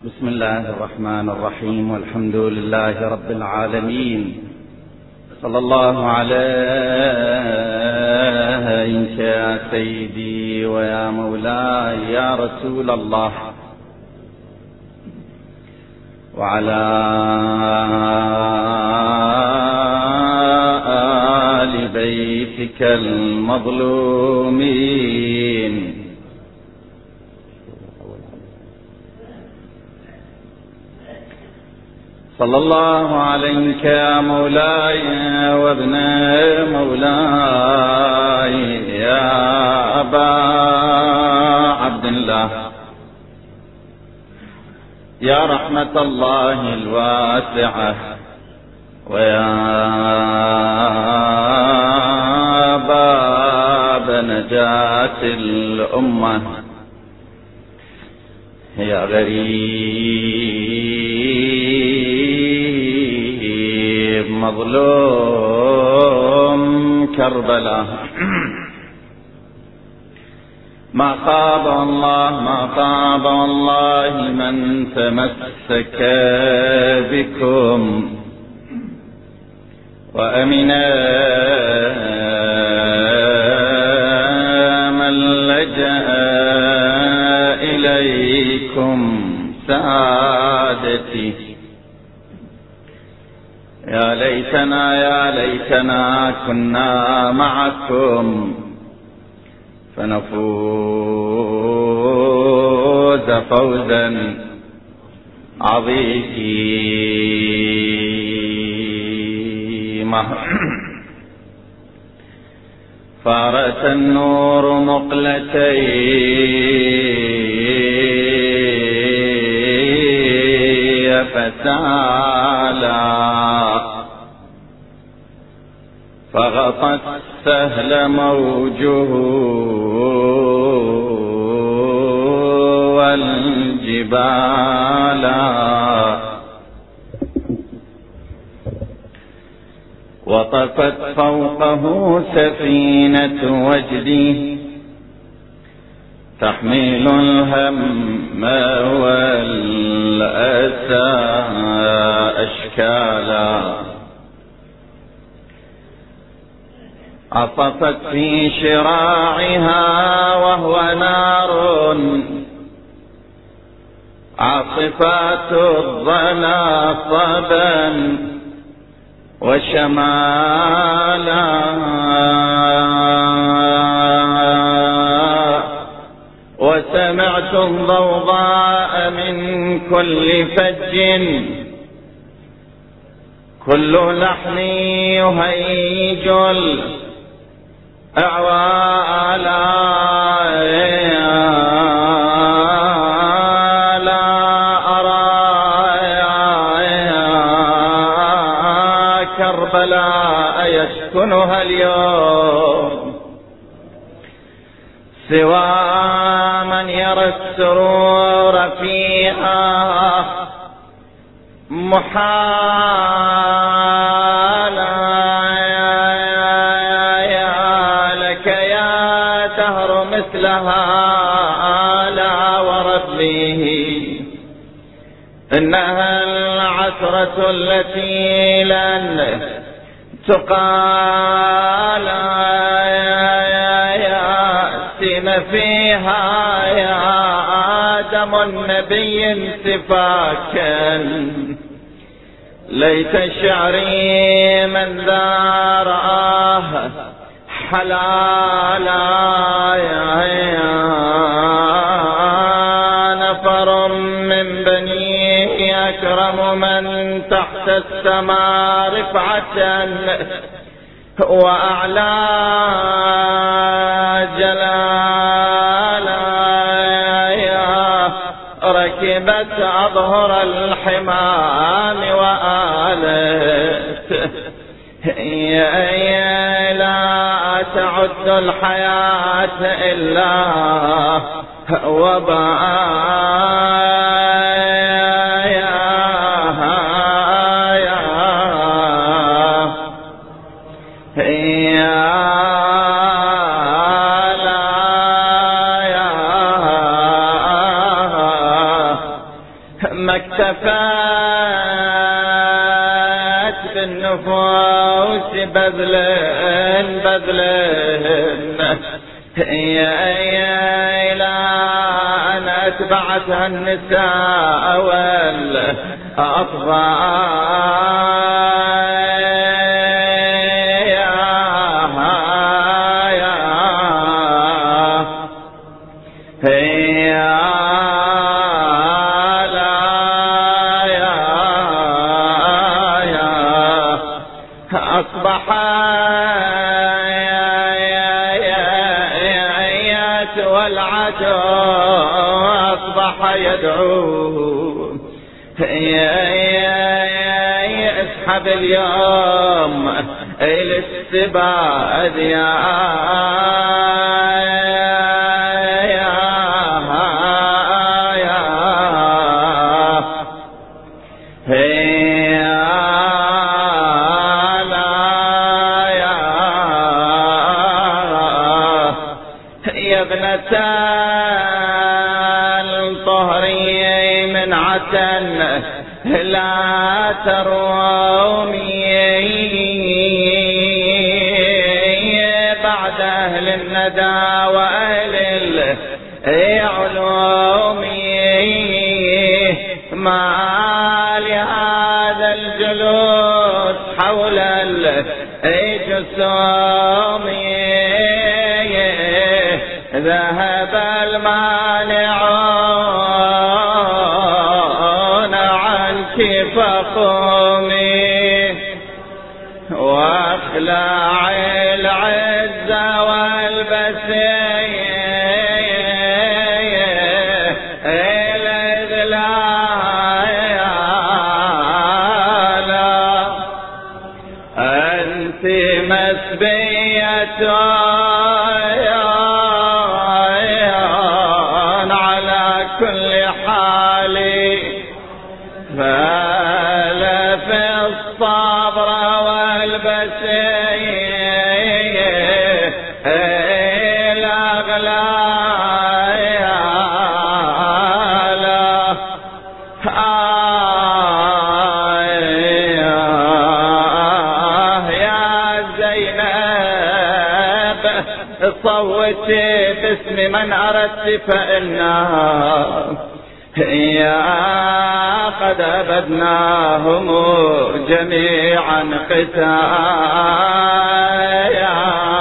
بسم الله الرحمن الرحيم، والحمد لله رب العالمين. صلى الله عليك يا سيدي ويا مولاي يا رسول الله، وعلى آل بيتك المظلومين. صلى الله عليك يا مولاي وابن مولاي يا أبا عبد الله، يا رحمة الله الواسعة، ويا باب نجاة الأمة، يا غريب مظلوم كربلاء. ما خاب والله من تمسك بكم، وأمن من لجأ إليكم سعادتي. يا ليتنا كنا معكم فنفوز فوزا عظيما. فارت النور مقلتي فسالا، فغطت السهل موجه والجبال، وطفت فوقه سفينة وجدي تحمل الهم والأسى أشكالا، عصفت في شراعها وهو نار، عاصفات الظلا صبا وشمالا، وسمعت الضوضاء من كل فج، كل لحن يهيج الأعوالا، لا أرى كربلاء يسكنها اليوم سوى من يرى السرور فيها محالا. لك يا دهر مثلها لا وربه، إنها العثرة التي لن تقال، يأسن فيها يا آدم النبي سفاكا. ليت شعري من ذا رآه حلالا، نفر من بني أكرم من تحت السماء رفعة وأعلى جلالا، ركبت أظهر الحمام وآلت لا تعد الحياة إلا وبايا. ما اكتفت بالنفوس بذلن يا إلى أن أتبعتها النساء والأطفال أصبح يدعو اسحب اليوم الاستباد يا ابنة الطهري منعة لا ترومي بعد أهل الندى وأهل العلوم ما لهذا الجلوس حول الجسوم ذهب المانعون عنك فقومي واخلع العز والبسي الإذلال أنت مسبية صوتي باسم من أردت فإنها يا قد أبدناهم جميعا قتايا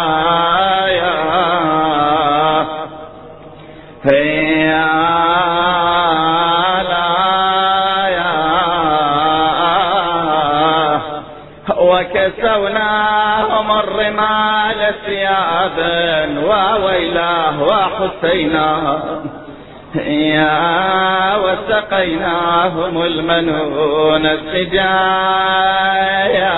وكسوناهم الرمال ثيابا وويلاه وحسينا يا وسقيناهم المنون السجايا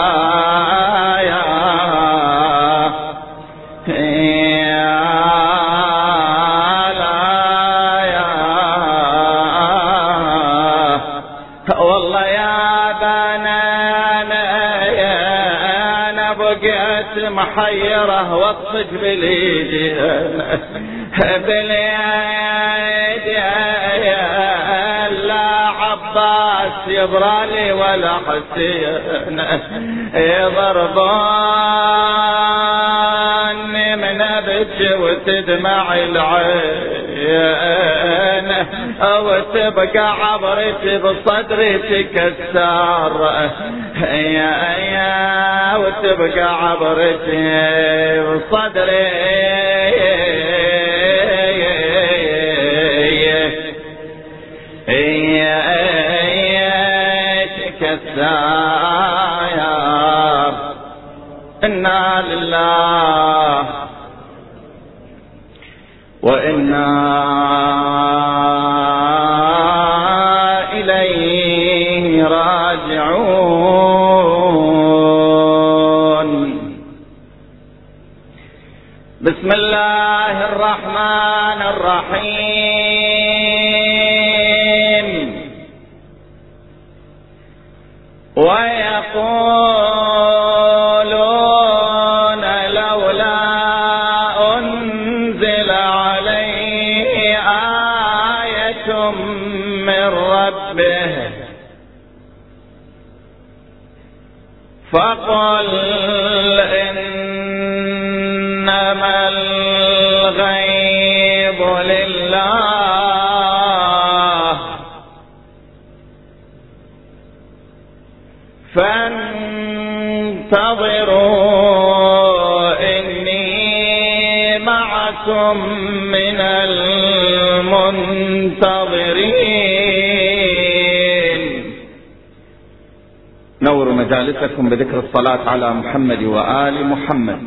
والله يا بنانا انا بقيت محيره واطفج باليدي لا عباس يبرالي ولا حسين يضربوني من ابكي وتدمع العين وتبقى عبرتي بصدري تكسر يا وتبقى عبرتي بصدري تكسر. إنا لله وإنا إليه راجعون. بسم الله الرحمن الرحيم. ويقولون لولا أنزل عليه آية من ربه ربه فقل إنما الغيب لله فانتظروا إني معكم من المنتظرين. نور مجالسكم بذكر الصلاة على محمد وآل محمد.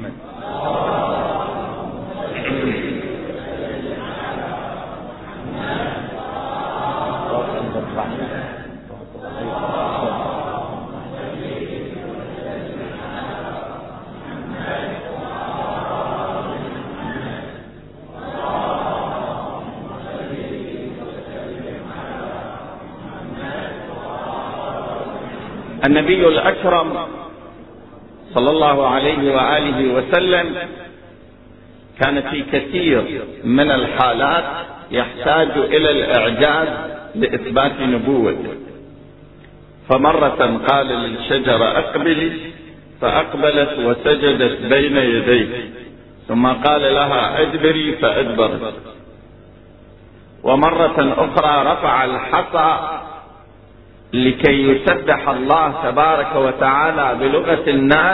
النبي الأكرم صلى الله عليه وآله وسلم كان في كثير من الحالات يحتاج إلى الإعجاز لإثبات نبوته. فمرة قال للشجرة أقبلي فأقبلت وسجدت بين يديه، ثم قال لها أدبري فأدبرت. ومرة أخرى رفع الحصى لكي يسبح الله تبارك وتعالى بلغة الناس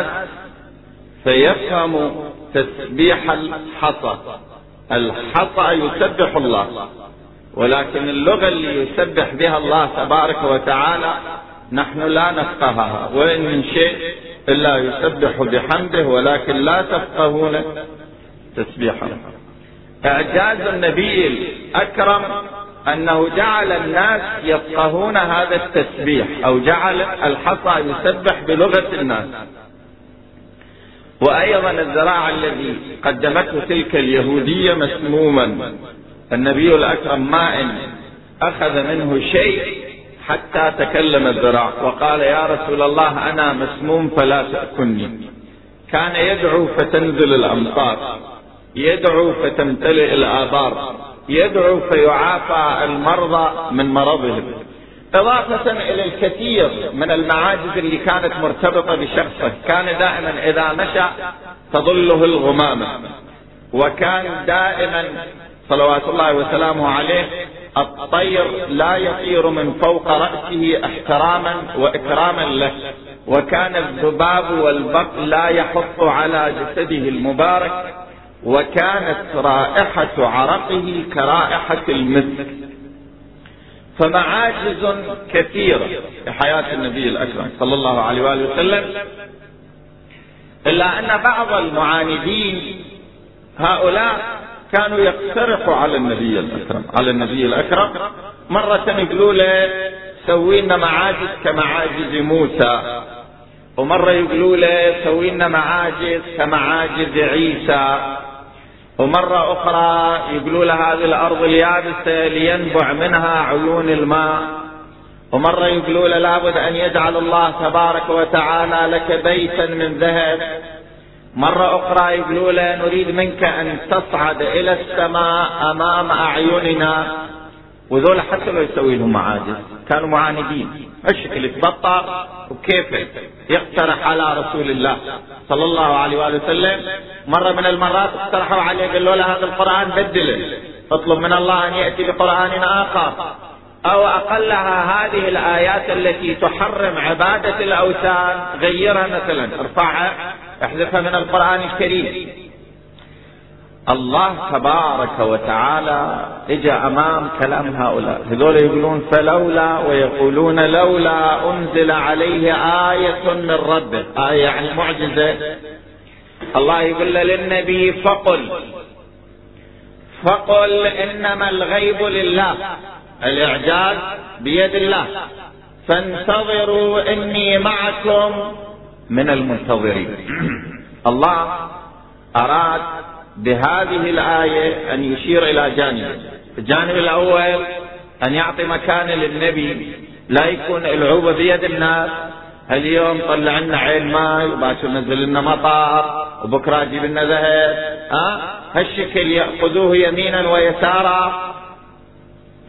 فيفهم تسبيح الحصى. الحصى يسبح الله، ولكن اللغة اللي يسبح بها الله تبارك وتعالى نحن لا نفقهها، وإن من شيء إلا يسبح بحمده ولكن لا تفقهون تسبيحه. إعجاز النبي الأكرم أنه جعل الناس يفقهون هذا التسبيح، أو جعل الحصى يسبح بلغة الناس. وأيضا الذراع الذي قدمته تلك اليهودية مسموما، النبي الأكرم ما إن أخذ منه شيء حتى تكلم الذراع وقال يا رسول الله أنا مسموم فلا تأكلني. كان يدعو فتنزل الأمطار، يدعو فتمتلئ الآبار، يدعو فيعافى المرضى من مرضهم، إضافة إلى الكثير من المعاجز اللي كانت مرتبطة بشخصه. كان دائما إذا مشى تظله الغمامة، وكان دائما صلوات الله وسلامه عليه الطير لا يطير من فوق رأسه احتراما وإكراما له، وكان الذباب والبق لا يحط على جسده المبارك، وكانت رائحة عرقه كرائحة المسك. فمعاجز كثيرة في حياة النبي الأكرم صلى الله عليه وآله وسلم، إلا أن بعض المعاندين هؤلاء كانوا يقترحوا على النبي الأكرم مرة يقولوا له سوي لنا معاجز كمعاجز موسى، ومرة يقولوا له سوي لنا معاجز كمعاجز عيسى، ومرة أخرى يقولوا له هذه الأرض اليابسة لينبع منها عيون الماء، ومرة يقولوا له لابد أن يجعل الله تبارك وتعالى لك بيتا من ذهب، مرة أخرى يقولوا له نريد منك أن تصعد إلى السماء أمام أعيننا. وذول حتى لو يسوي لهم معاجز كانوا معاندين. الشكل يتبطر وكيف يقترح على رسول الله صلى الله عليه وآله وسلم. مرة من المرات اقترحوا عليه قالوا له هذا القرآن بدله، اطلب من الله أن يأتي بقرآن آخر، أو أقلها هذه الآيات التي تحرم عبادة الأوثان غيرها مثلا، ارفعها احذفها من القرآن الكريم. الله تبارك وتعالى اجى امام كلام هؤلاء، هذول يقولون فلولا ويقولون لولا انزل عليه آية من ربه، آية يعني معجزة. الله يقول للنبي فقل انما الغيب لله، الاعجاز بيد الله، فانتظروا اني معكم من المنتظرين. الله اراد بهذه الآية أن يشير إلى جانب. الجانب الأول أن يعطي مكان للنبي، لا يكون العوبة بيد الناس، اليوم طلع لنا عين ماء وباكر نزل لنا مطار وبكرة جيب لنا ذهب، هالشكل يأخذوه يمينا ويسارا.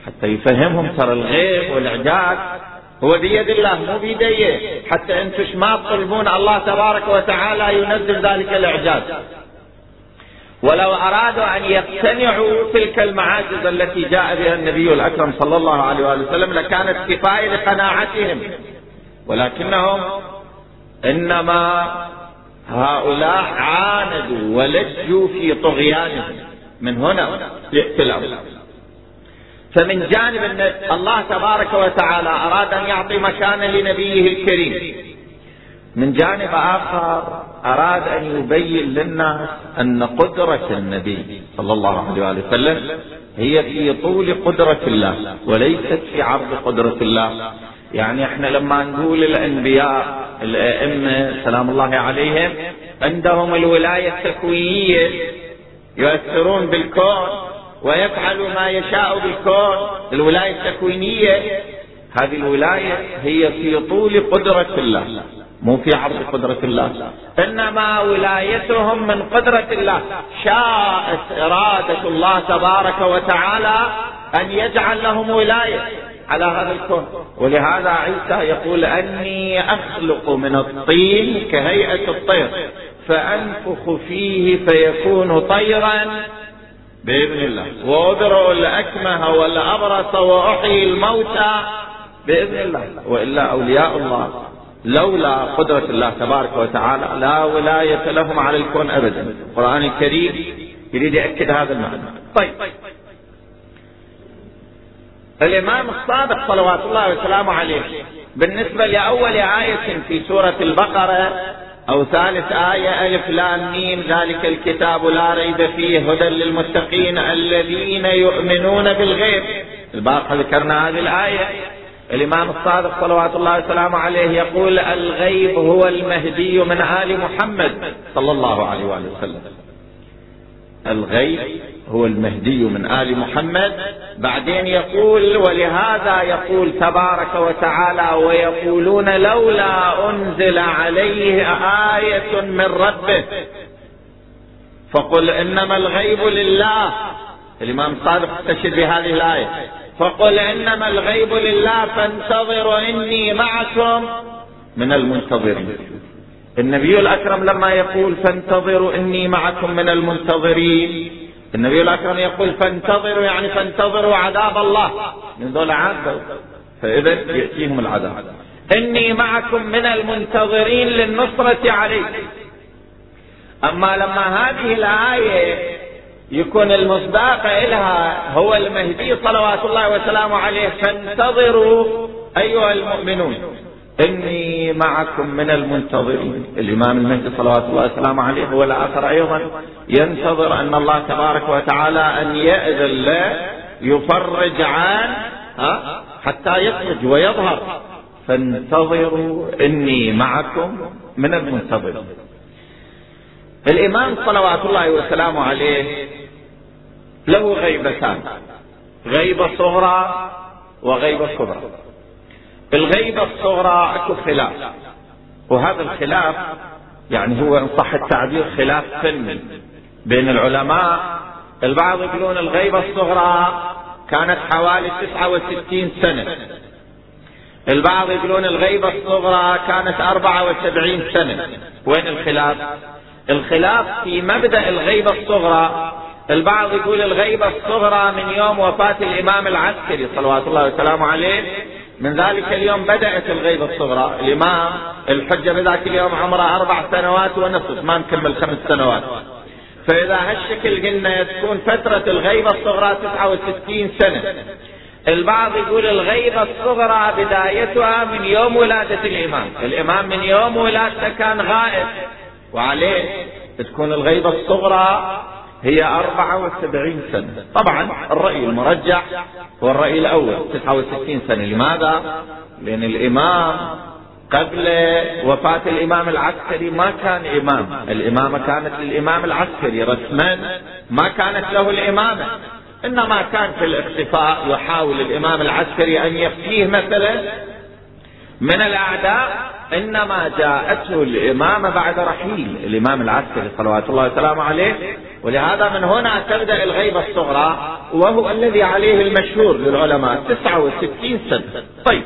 حتى يفهمهم ترى الغيب والإعجاز هو بيد الله مو بيديه، حتى انتم ما تطلبون الله تبارك وتعالى ينزل ذلك الإعجاز. ولو أرادوا أن يقتنعوا تلك المعاجز التي جاء بها النبي الأكرم صلى الله عليه وآله وسلم لكانت كفاية لقناعتهم، ولكنهم إنما هؤلاء عاندوا ولجوا في طغيانهم. من هنا يأتي الأمر. فمن جانب أن الله تبارك وتعالى أراد أن يعطي مكانا لنبيه الكريم، من جانب آخر أراد أن يبين للناس أن قدرة النبي صلى الله عليه وآله وسلم هي في طول قدرة الله وليست في عرض قدرة الله. يعني احنا لما نقول الأنبياء الأئمة سلام الله عليهم عندهم الولاية التكوينية، يؤثرون بالكون ويفعلوا ما يشاء بالكون، الولاية التكوينية هذه الولاية هي في طول قدرة الله مو في عرض قدرة الله، إنما ولايتهم من قدرة الله. شاءت إرادة الله تبارك وتعالى أن يجعل لهم ولاية على هذا الكون. ولهذا عيسى يقول أني أخلق من الطين كهيئة الطير فأنفخ فيه فيكون طيرا بإذن الله، وأبرئ الأكمه والأبرص وأحيي الموتى بإذن الله. وإلا أولياء الله لولا قدرة الله تبارك وتعالى لا ولاية لهم على الكون أبدا. القرآن الكريم يريد يأكد هذا المعنى. طيب، الإمام الصادق صلوات الله وسلامه عليه بالنسبة لأول آية في سورة البقرة أو ثالث آية ألف لام ميم ذلك الكتاب لا ريب فيه هدى للمتقين الذين يؤمنون بالغيب، البارحة ذكرنا هذه الآية. الإمام الصادق صلوات الله وسلامه عليه يقول الغيب هو المهدي من آل محمد صلى الله عليه وآله وسلم. الغيب هو المهدي من آل محمد. بعدين يقول ولهذا يقول تبارك وتعالى ويقولون لولا أنزل عليه آية من ربه فقل إنما الغيب لله. الإمام الصادق استشهد بهذه الآية، فقل إنما الغيب لله فانتظروا إني معكم من المنتظرين. النبي الأكرم لما يقول فانتظروا إني معكم من المنتظرين، النبي الأكرم يقول فانتظروا يعني فانتظروا عذاب الله، من ذول عذاب فإذا يأتيهم العذاب. إني معكم من المنتظرين للنصرة عليكم. أما لما هذه الآية يكون المصداق إلها هو المهدي صلوات الله وسلامه عليه فانتظروا أيها المؤمنون إني معكم من المنتظرين. الإمام المهدي صلوات الله وسلامه عليه هو الآخر أيضا ينتظر أن الله تبارك وتعالى أن يأذن له يفرج عن حتى يخرج ويظهر. فانتظروا إني معكم من المنتظرين. الإمام صلوات الله وسلامه عليه له غيبتان، غيبة صغرى وغيبة كبرى. الغيبة الصغرى اكو خلاف، وهذا الخلاف يعني هو ان صح التعبير خلاف فني بين العلماء. البعض يقولون الغيبة الصغرى كانت حوالي 69 سنة، البعض يقولون الغيبة الصغرى كانت 74 سنة. وين الخلاف؟ الخلاف في مبدأ الغيبة الصغرى. البعض يقول الغيبة الصغرى من يوم وفاة الإمام العسكري صلوات الله وسلامه عليه، من ذلك اليوم بدأت الغيبة الصغرى. الإمام الحجة بذاك اليوم عمره 4 سنوات ونصف، ما نكمل 5 سنوات. فإذا هالشكل قلنا تكون فترة الغيبة الصغرى 69 سنة. البعض يقول الغيبة الصغرى بدايتها من يوم ولادة الإمام من يوم ولادته كان غائب، وعليه تكون الغيبة الصغرى هي 74 سنة. طبعا الرأي المرجح هو الرأي الأول 69 سنة. لماذا؟ لأن الإمام قبل وفاة الإمام العسكري ما كان إمام، الإمامة كانت للإمام العسكري رسما، ما كانت له الإمامة، إنما كان في الاختفاء يحاول الإمام العسكري أن يخفيه مثلا من الأعداء، إنما جاءته الإمامة بعد رحيل الإمام العسكري صلوات الله وسلامه عليه ولهذا من هنا تبدأ الغيبة الصغرى، وهو الذي عليه المشهور للعلماء 69 سنة. طيب،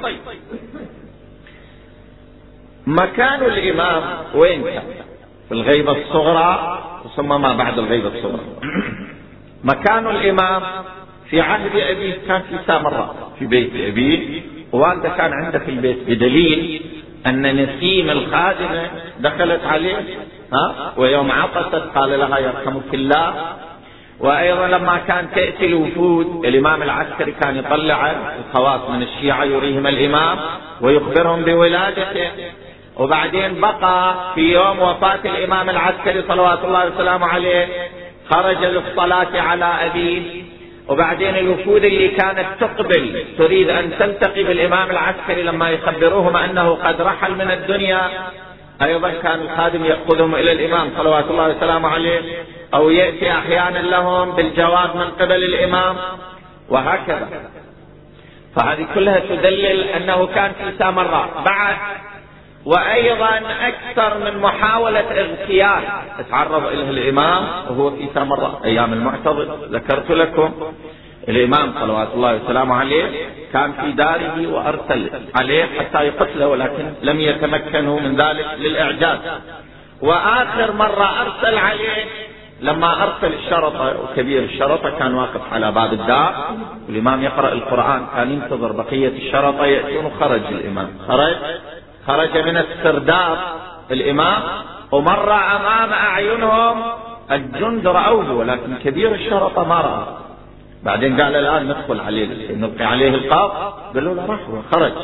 مكان الإمام وين كان في الغيبة الصغرى ثم ما بعد الغيبة الصغرى؟ مكان الإمام في عهد أبيه كان في سامراء في بيت أبيه، ووالده كان عنده في البيت، بدليل أن نسيم الخادمة دخلت عليه ويوم عطست قال لها يرحمك الله. وأيضا لما كان تأتي الوفود الإمام العسكري كان يطلع الخواص من الشيعة يريهم الإمام ويخبرهم بولادته. وبعدين بقى في يوم وفاة الإمام العسكري صلوات الله وسلامه عليه خرج للصلاة على أبيه. وبعدين الوفود اللي كانت تقبل تريد أن تلتقي بالإمام العسكري لما يخبروهم أنه قد رحل من الدنيا، أيضا كان الخادم يأخذهم إلى الإمام صلوات الله وسلامه عليه، أو يأتي أحيانا لهم بالجواب من قبل الإمام وهكذا. فهذه كلها تدلل أنه كان في سامراء بعد. وأيضا أكثر من محاولة اغتيال اتعرض إليه الإمام وهو في سامراء أيام المعتضد. ذكرت لكم الإمام صلوات الله وسلامه عليه كان في داره وأرسل عليه حتى يقتله، ولكن لم يتمكنوا من ذلك للإعجاز. وآخر مرة أرسل عليه لما أرسل الشرطة، وكبير الشرطة كان واقف على باب الدار والإمام يقرأ القرآن، كان ينتظر بقية الشرطة يأتون، وخرج الإمام، خرج من السرداب الإمام ومر أمام أعينهم الجند رأوه، ولكن كبير الشرطة ما رأى. بعدين قال الآن ندخل عليه نلقي عليه القاض، قالوا له راح وخرج.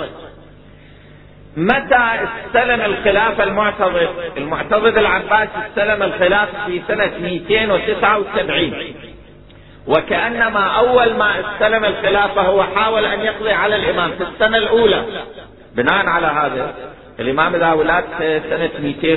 متى استلم الخلافة المعتضد العباسي استلم الخلافة في سنة 279، وكأنما أول ما استلم الخلافة هو حاول أن يقضي على الإمام في السنة الأولى. بناء على هذا الإمام ذا ولد سنة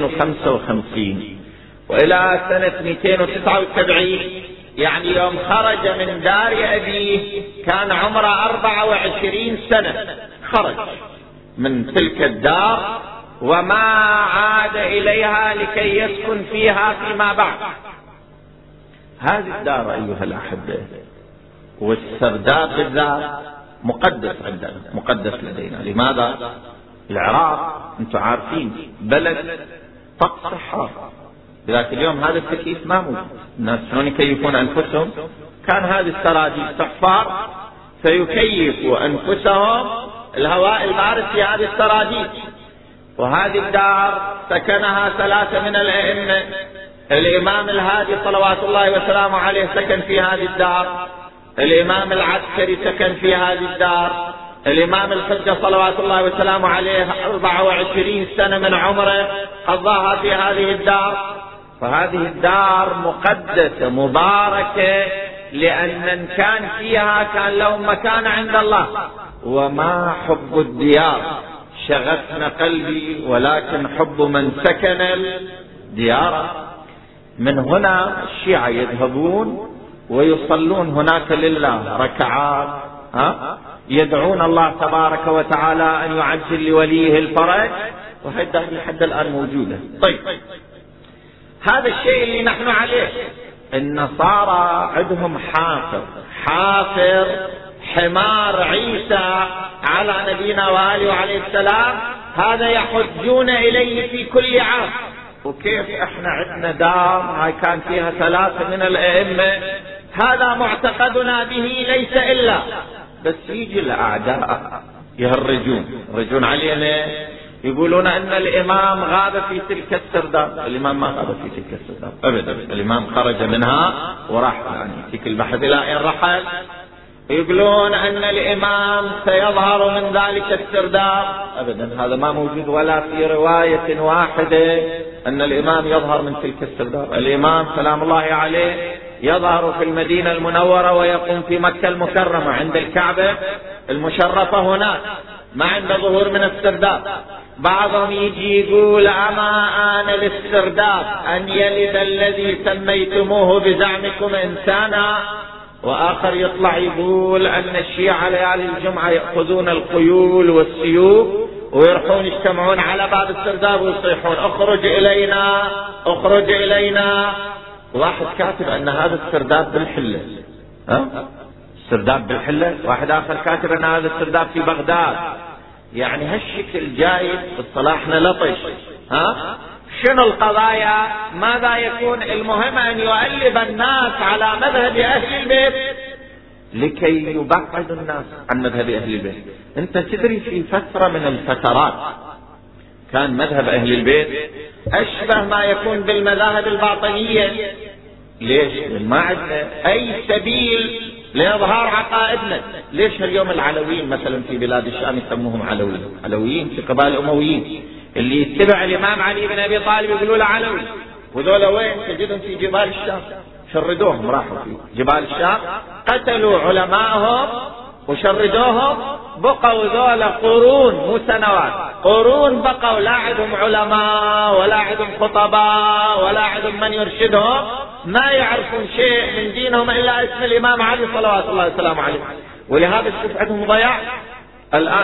255 وإلى سنة 279، يعني يوم خرج من دار أبيه كان عمره 24 سنة. خرج من تلك الدار وما عاد إليها لكي يسكن فيها فيما بعد. هذه الدار أيها الأحبة والسرداب بالذات مقدس عندنا، مقدس لدينا. لماذا؟ العراق انتم عارفين بلد طقس حار، بذات اليوم هذا التكييف ما موجود. الناس شلون يكيفون أنفسهم؟ كان هذه السراجيل صحفار فيكيفوا أنفسهم الهواء البارد في هذه السراجيل. وهذه الدار سكنها 3 من الأئمة. الإمام الهادي صلوات الله وسلامه عليه سكن في هذه الدار، الإمام العسكري سكن في هذه الدار، الإمام الحجة صلوات الله وسلامه عليه 24 سنة من عمره قضاها في هذه الدار. فهذه الدار مقدسة مباركة، لأن كان فيها كان لهم مكان عند الله. وما حب الديار شغفنا قلبي ولكن حب من سكن الديار. من هنا الشيعة يذهبون ويصلون هناك لله ركعات، يدعون الله تبارك وتعالى أن يعجل لوليه الفرج، وهذا لحد الآن موجودة. طيب، هذا الشيء اللي نحن عليه. النصارى عندهم حافر حمار عيسى على نبينا وآله عليه السلام، هذا يحجون إليه في كل عام. وكيف احنا عندنا دار هاي كان فيها 3 من الأئمة، هذا معتقدنا به ليس إلا بس يجي الأعداء يهرجون علينا، يقولون أن الإمام غاب في تلك السرداب. الإمام ما غاب في تلك السرداب أبدا، الإمام خرج منها وراح يعني تلك البحث إلى أن رحل. يقولون أن الإمام سيظهر من ذلك السرداب، أبدا هذا ما موجود ولا في رواية واحدة أن الإمام يظهر من تلك السرداب. الإمام سلام الله عليه يظهر في المدينة المنورة ويقوم في مكة المكرمة عند الكعبة المشرفة هناك، ما عنده ظهور من السرداب. بعضهم يجي يقول أما آن للسرداب أن يلد الذي سميتموه بزعمكم إنسانا، وآخر يطلع يقول أن الشيعة ليالي الجمعة يأخذون الخيول والسيوف ويروحون يجتمعون على باب السرداب ويصيحون اخرج إلينا اخرج إلينا. واحد كاتب أن هذا السرداب بالحلة، السرداب بالحلة، واحد آخر كاتب أن هذا السرداب في بغداد. يعني هالشكل جاي اصطلاحنا لطش. شنو القضايا؟ ماذا يكون؟ المهم أن يؤلب الناس على مذهب أهل البيت لكي يبعد الناس عن مذهب أهل البيت. أنت تدري في فترة من الفترات كان مذهب أهل البيت أشبه ما يكون بالمذاهب الباطنية. ليش؟ ما عندنا أي سبيل لإظهار عقائدنا. ليش اليوم العلويين مثلا في بلاد الشام يسموهم علويين في قبائل الأمويين، اللي يتبع الإمام علي بن أبي طالب يقولوا له علوي، وذولا وين تجدهم؟ في جبال الشام، شردوهم، راحوا في جبال الشام قتلوا علماءهم وشردوهم، بقوا ذولا قرون مو سنوات، قرون بقوا لا عندهم علماء ولا عندهم خطباء ولا عندهم من يرشدهم، ما يعرفون شيء من دينهم إلا اسم الإمام علي صلوات الله وسلامه عليه. ولهذا شوف عندهم ضياع. الآن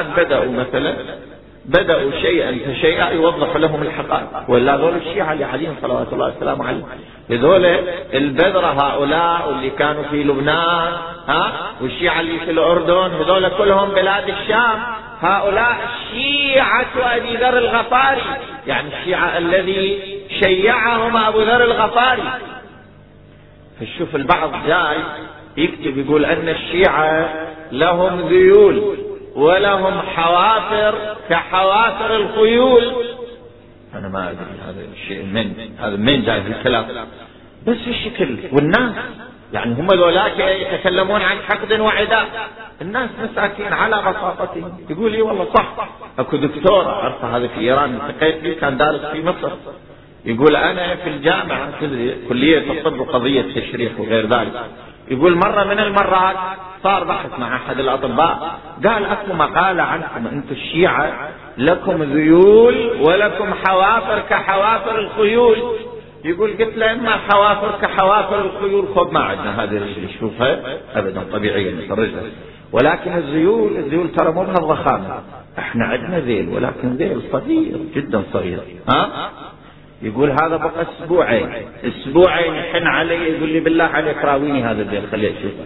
بدأوا شيئا فشيئا يوضح لهم الحقائق. ولا ذول الشيعة اللي عليهم صلوات الله وسلامه عليه، هذول البذرة، هؤلاء اللي كانوا في لبنان والشيعة اللي في الأردن، هذول كلهم بلاد الشام، هؤلاء شيعة أبي ذر الغفاري، يعني الشيعة الذي شيعهم أبو ذر الغفاري. فشوف البعض جاي يكتب يقول أن الشيعة لهم ذيول ولهم حوافر كحوافر الخيول. أنا ما أدري هذا الشيء من جاي في الكلام، بس الشكل. والناس يعني هم ذولاك يتكلمون عن حقد وعداء، الناس مساكين على بساطتهم. يقول لي والله صح، اكو دكتور اعرفه هذا في ايران التقيت فيه، كان دارس في مصر، يقول انا في الجامعة كلية الطب وقضية تشريح وغير ذلك، يقول مرة من المرات صار بحث مع احد الاطباء، قال اكو مقالة عنكم انتم الشيعة لكم ذيول ولكم حوافر كحوافر الخيول. يقول قلت له اما حوافر كحوافر الخيول، خذ ما عندنا هذه اللي نشوفها ابدا طبيعيا نخرجها، ولكن الذيول ترى مو بهالضخامة، احنا عندنا ذيل ولكن ذيل صغير جدا صغير. يقول هذا بقى اسبوعين يحن علي، يقول لي بالله عليك راويني هذا الذيل خليه اشوفه.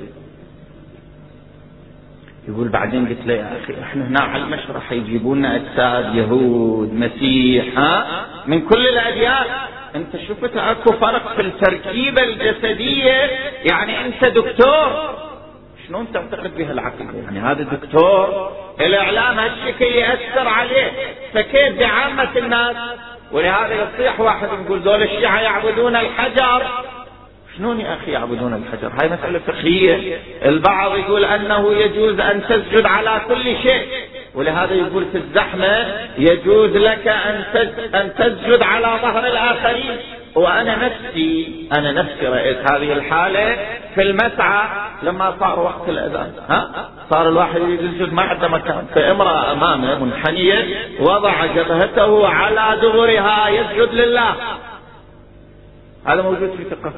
يقول بعدين قلت له يا اخي احنا هنا على المشرح يجيبوا لنا اجساد يهود مسيح من كل الاديان، انت شفت اكو فرق في التركيبة الجسدية؟ يعني انت دكتور شلون تعتقد بها العقل؟ يعني هذا دكتور، الاعلام هالشكل يأثر عليه، فكيف بعامة الناس؟ ولهذا يصيح واحد يقول ذول الشيعة يعبدون الحجر. شلون يا اخي يعبدون الحجر؟ هاي مسألة فقهية. البعض يقول انه يجوز ان تسجد على كل شيء، ولهذا يقول في الزحمة يجوز لك ان تسجد على ظهر الاخرين. وانا نفسي رأيت هذه الحالة في المسعى لما صار وقت الاذان، صار الواحد يسجد ما عنده مكان، فامرأة امامه منحنية وضع جبهته على دبرها يسجد لله. هذا موجود في فقه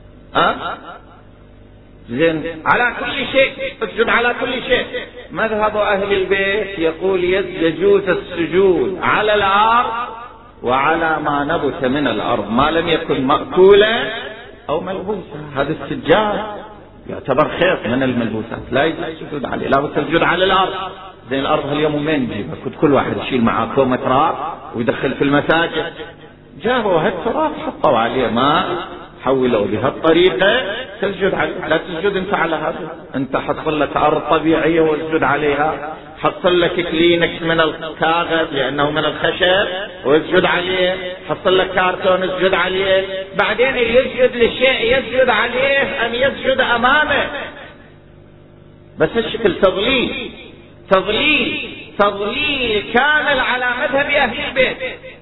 زين على كل شيء، تسجد على كل شيء. مذهب اهل البيت يقول يجوز السجود على الارض وعلى ما نبت من الارض ما لم يكن مأكولا او ملبوسا. هذا السجاد يعتبر خيط من الملبوسات، لا يجوز السجود عليه، لا تسجد على الارض. زين الارض هاليوم وين نجيبها؟ كنت كل واحد يشيل معاه كومة تراب ويدخل في المساجد، جابوا هالتراب حطوا عليه ماء حولوا بهالطريقة تسجد عليه. لا تسجد انت على هذا، انت حصل لك ارض طبيعية واسجد عليها، حصل لك كلينكس من الكاغذ لانه من الخشب واسجد عليه، حصل لك كارتون اسجد عليه. بعدين اللي يسجد لشيء يسجد عليه ام يسجد امامه؟ بس الشكل تضليل كامل على مذهب اهل البيت.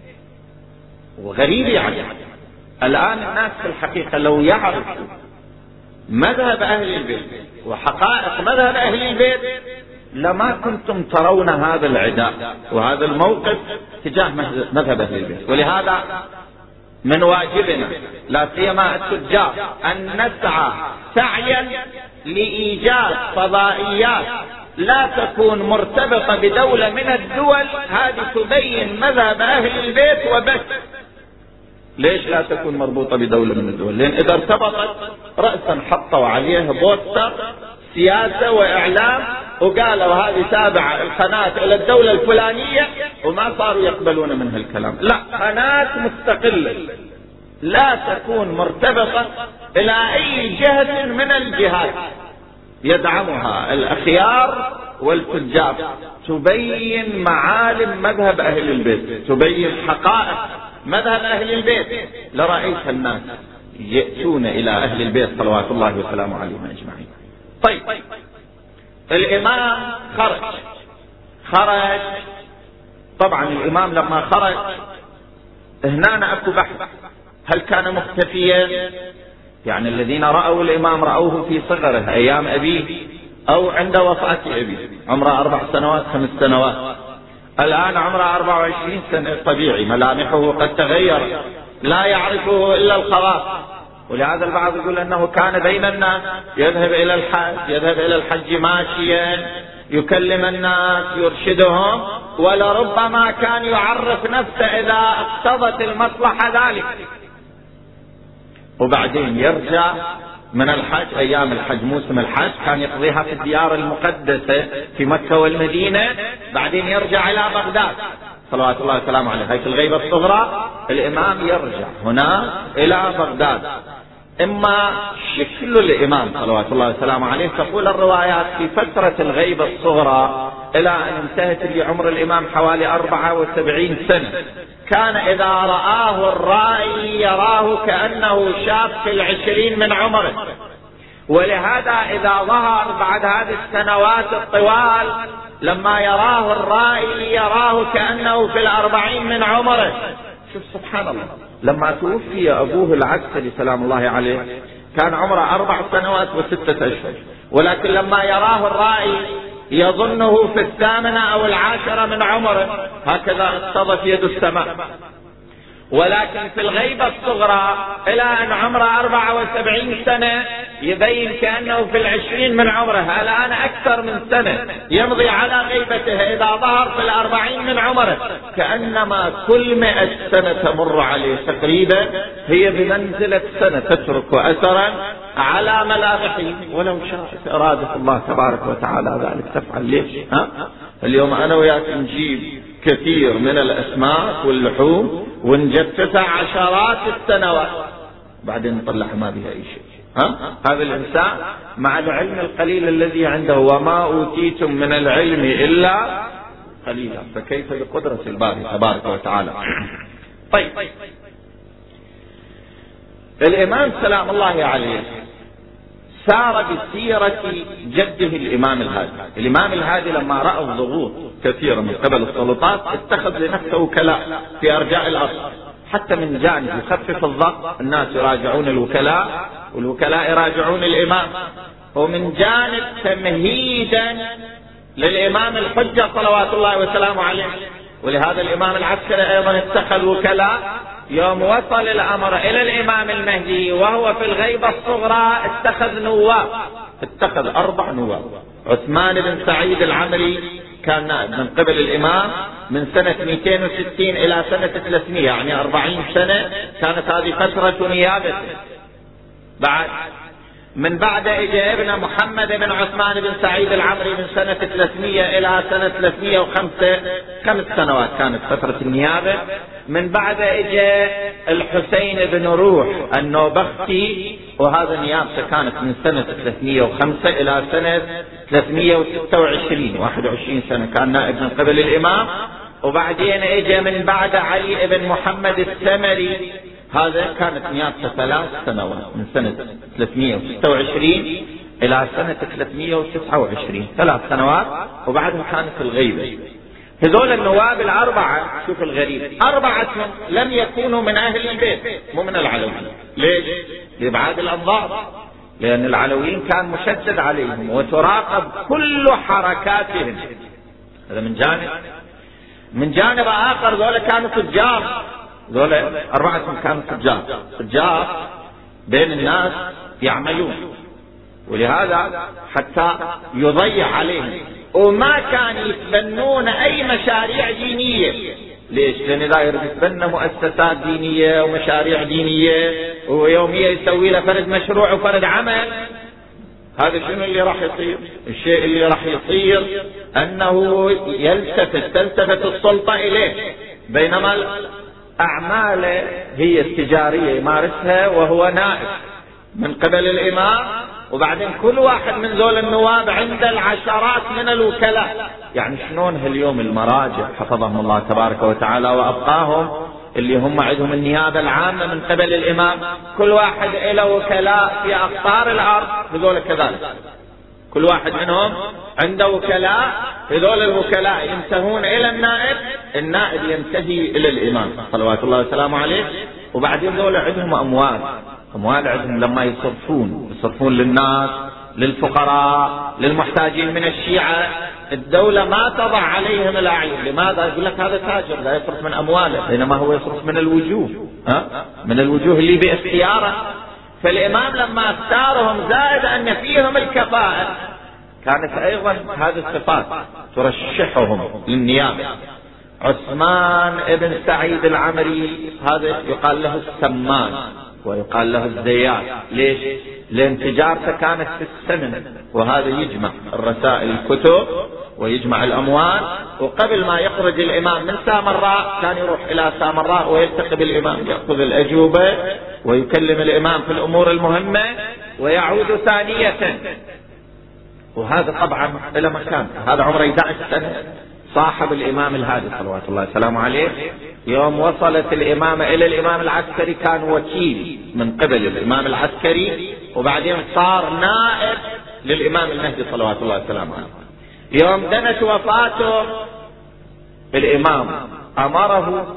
وغريب يعني الآن الناس في الحقيقة لو يعرفوا مذهب أهل البيت وحقائق مذهب أهل البيت لما كنتم ترون هذا العداء وهذا الموقف تجاه مذهب أهل البيت. ولهذا من واجبنا لا سيما التجار أن نسعى سعيا لإيجاد فضائيات لا تكون مرتبطة بدولة من الدول، هذه تبين مذهب أهل البيت وبس. ليش لا تكون مربوطة بدولة من الدول؟ لأن إذا ارتبطت رأسا حطوا عليها بوستر سياسة وإعلام وقالوا هذه تابعة القناة إلى الدولة الفلانية، وما صاروا يقبلون منها الكلام. لا، قناة مستقلة لا تكون مرتبطة إلى أي جهة من الجهات يدعمها الأخيار والفجار، تبين معالم مذهب أهل البيت، تبين حقائق مذهب أهل البيت، لرأيت الناس يأتون إلى أهل البيت صلوات الله وسلامه عليهم أجمعين. طيب، الإمام خرج طبعا الإمام لما خرج هنا أكو بحث، هل كان مختفيا؟ يعني الذين رأوا الإمام رأوه في صغره أيام أبيه أو عند وفاة أبيه، عمره 4 سنوات 5 سنوات، الآن عمره 24 سنة، طبيعي ملامحه قد تغير، لا يعرفه إلا الخواص. ولهذا البعض يقول أنه كان بين الناس، يذهب إلى الحج ماشيا، يكلم الناس، يرشدهم، ولربما كان يعرف نفسه إذا اقتضت المصلحة ذلك. وبعدين يرجع من الحج، أيام الحج موسم الحج كان يقضيها في الديار المقدسة في مكة والمدينة، بعدين يرجع إلى بغداد صلوات الله وسلامه عليه. هاي في الغيبة الصغرى الإمام يرجع هنا إلى بغداد. إما شكل الإمام صلوات الله وسلامه عليه، تقول الروايات في فترة الغيبة الصغرى إلى أن انتهت لعمر الإمام حوالي 74 سنة، كان إذا رآه الرائي يراه كأنه شاب في 20 من عمره. ولهذا إذا ظهر بعد هذه السنوات الطوال لما يراه الرائي يراه كأنه في 40 من عمره. شوف سبحان الله، لما توفي أبوه العسكري سلام الله عليه كان عمره 4 سنوات و6 أشهر، ولكن لما يراه الرائي يظنه في 8 أو 10 من عمره، هكذا اقتضت يد السماء. ولكن في الغيبة الصغرى إلى أن عمره 74 سنة يبين كأنه في 20 من عمره، الآن أكثر من سنة يمضي على غيبته، إذا ظهر في 40 من عمره كأنما كل 100 سنة تمر عليه تقريبا هي بمنزلة سنة تترك أثرا على ملامحه. ولو شاءت إرادة الله تبارك وتعالى ذلك تفعل. ليش؟ اليوم أنا وياك نجيب كثير من الأسماك واللحوم ونجففها عشرات السنوات بعدين نطلع ما بها أي شيء. هذا الإنسان مع العلم القليل الذي عنده، وما أوتيتم من العلم إلا قليلا، فكيف بقدرة الباري تبارك وتعالى. طيب، الإمام سلام الله عليه سار بسيرة جده الإمام الهادي. الإمام الهادي لما رأى الضغوط كثيرة من قبل السلطات اتخذ لنفسه وكلاء في أرجاء الأرض، حتى من جانب يخفف الضغط، الناس يراجعون الوكلاء والوكلاء يراجعون الإمام، ومن جانب تمهيدا للإمام الحجة صلوات الله وسلامه عليه. ولهذا الإمام العسكري أيضا اتخذ وكلاء. يوم وصل الأمر إلى الإمام المهدي وهو في الغيبة الصغرى اتخذ نواب، اتخذ 4 نواب. عثمان بن سعيد العمري كان نائب من قبل الإمام من سنة 260 إلى سنة 300، يعني 40 سنة كانت هذه فترة نيابته. من بعد اجى ابن محمد بن عثمان بن سعيد العمري من سنة 300 إلى سنة 305، 5 سنوات كانت فترة النيابة. من بعد اجى الحسين بن روح النوبختي، وهذا نيابته كانت من سنة 305 إلى سنة 326، 21 سنة كان نائب من قبل الإمام. وبعدين اجى من بعد علي بن محمد السمري، هذا كانت نيابته 3 سنوات من سنة 326 إلى سنة 329، 3 سنوات، وبعدها كانت الغيبة. هذول النواب 4، شوف الغريب، 4 لم يكونوا من أهل البيت، مو من العلويين. ليش؟ لإبعاد الأنظار، لأن العلويين كان مشدد عليهم وتراقب كل حركاتهم. هذا من جانب. من جانب آخر ذولا كانوا تجار، ذولا 4 كانوا تجار بين الناس يعملون، ولهذا حتى يضيع عليهم، وما كانوا يتبنون أي مشاريع دينية ليش؟ لأن إذا يريد يتبنى مؤسسات دينية ومشاريع دينية ويومية يسوي له فرد مشروع وفرد عمل، هذا شنو اللي راح يصير؟ الشيء اللي راح يصير أنه تلتفت السلطة إليه، بينما أعماله هي التجارية يمارسها وهو نائب من قبل الإمام، وبعدين كل واحد من ذول النواب عنده العشرات من الوكلاء. يعني شلون هاليوم المراجع حفظهم الله تبارك وتعالى وأبقاهم، اللي هم عندهم النيابة العامة من قبل الإمام، كل واحد له وكلاء في أقطار الأرض، هذول كذلك كل واحد منهم عنده وكلاء، هذول الوكلاء ينتهون إلى النائب، النائب ينتهي إلى الإمام صلوات الله وسلامه عليه. وبعدين ذول عندهم أموال عندهم لما يصرفون للناس، للفقراء، للمحتاجين من الشيعة، الدولة ما تضع عليهم الأعين. لماذا؟ يقول لك هذا تاجر لا يصرف من أمواله، بينما هو يصرف من الوجوه، من الوجوه اللي باختياره. فالإمام لما اختارهم زائد أن فيهم الكفاءة، كانت أيضا هذه الصفات ترشحهم للنيابة. عثمان ابن سعيد العمري هذا يقال له السمان ويقال له الزيات. ليش؟ لأن تجارته كانت في السمن، وهذا يجمع الرسائل الكتب ويجمع الأموال. وقبل ما يخرج الإمام من سامراء كان يروح إلى سامراء ويلتقي بالإمام، يأخذ الأجوبة ويكلم الإمام في الأمور المهمة ويعود ثانية. وهذا طبعا إلى مكان، هذا عمره 11 سنة، صاحب الإمام الهادي صلوات الله وسلامه عليه. يوم وصلت الإمامة إلى الإمام العسكري كان وكيل من قبل الإمام العسكري، وبعدين صار نائب للإمام المهدي صلوات الله وسلامه عليه. يوم دنت وفاته الإمام أمره،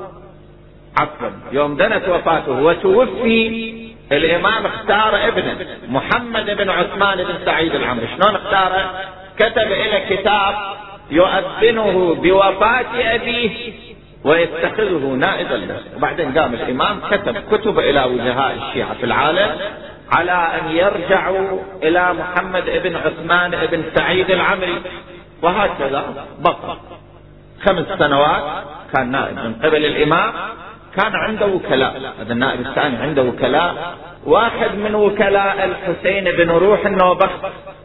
يوم دنت وفاته وتوفي الإمام اختار ابنه محمد بن عثمان بن سعيد العمري. شلون اختاره؟ كتب إلى كتاب يؤذنه بوفاة أبيه ويتخذه نائبا له. وبعدين قام الإمام كتب كتب إلى وجهاء الشيعة في العالم على أن يرجعوا إلى محمد بن عثمان بن سعيد العمري، وهكذا بقى 5 سنوات كان نائب من قبل الإمام. كان عنده وكلاء، هذا النائب الثاني عنده وكلاء. واحد من وكلاء الحسين بن روح النوبخت،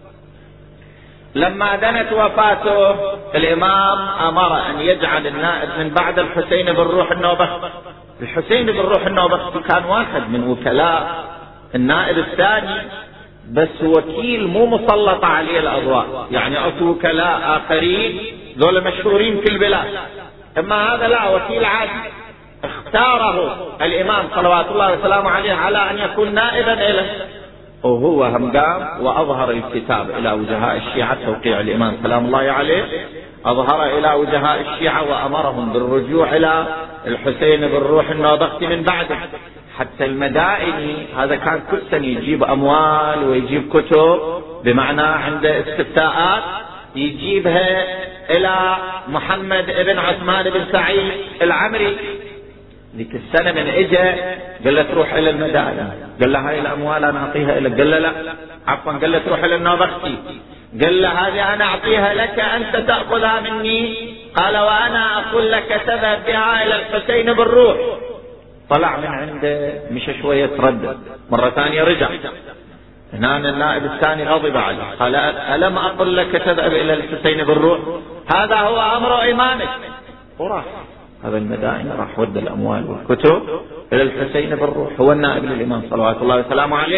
لما دنت وفاته الإمام أمر أن يجعل النائب من بعد الحسين بن روح النوبخت. الحسين بن روح النوبخت كان واحد من وكلاء النائب الثاني، بس وكيل مو مسلط عليه الأضواء، يعني أكو وكلاء آخرين ذول مشهورين في البلاد، أما هذا لا، وكيل عادي. اختاره الإمام صلوات الله وسلامه عليه على أن يكون نائبا له، وهو هم قام وأظهر الكتاب إلى وجهاء الشيعة، توقيع الإمام سلام الله عليه، أظهر إلى وجهاء الشيعة وأمرهم بالرجوع إلى الحسين بن روح النوبختي من بعده. حتى المدائني هذا كان كل سنة يجيب أموال ويجيب كتب، بمعنى عنده استفتاءات يجيبها إلى محمد بن عثمان بن سعيد العمري. ذيك السنة من اجى قال له تروح الى المدائن، قال له هاي الاموال انا اعطيها لك، قال له لا عفوا، قال له تروح الى النوبختي، قال له هذه انا اعطيها لك انت تاخذها مني، قال وانا اقول لك تذهب بها الى الحسين بن روح. طلع من عنده مشى شويه تردد، مره ثانيه رجع. هنا النائب الثاني غضب عليه، قال الم اقل لك تذهب الى الحسين بن روح؟ هذا هو امر امامك. وراح هذا المدائن راح ود الأموال والكتب إلى الحسين بن روح، هو النائب للإمام صلوات الله وسلامه عليه.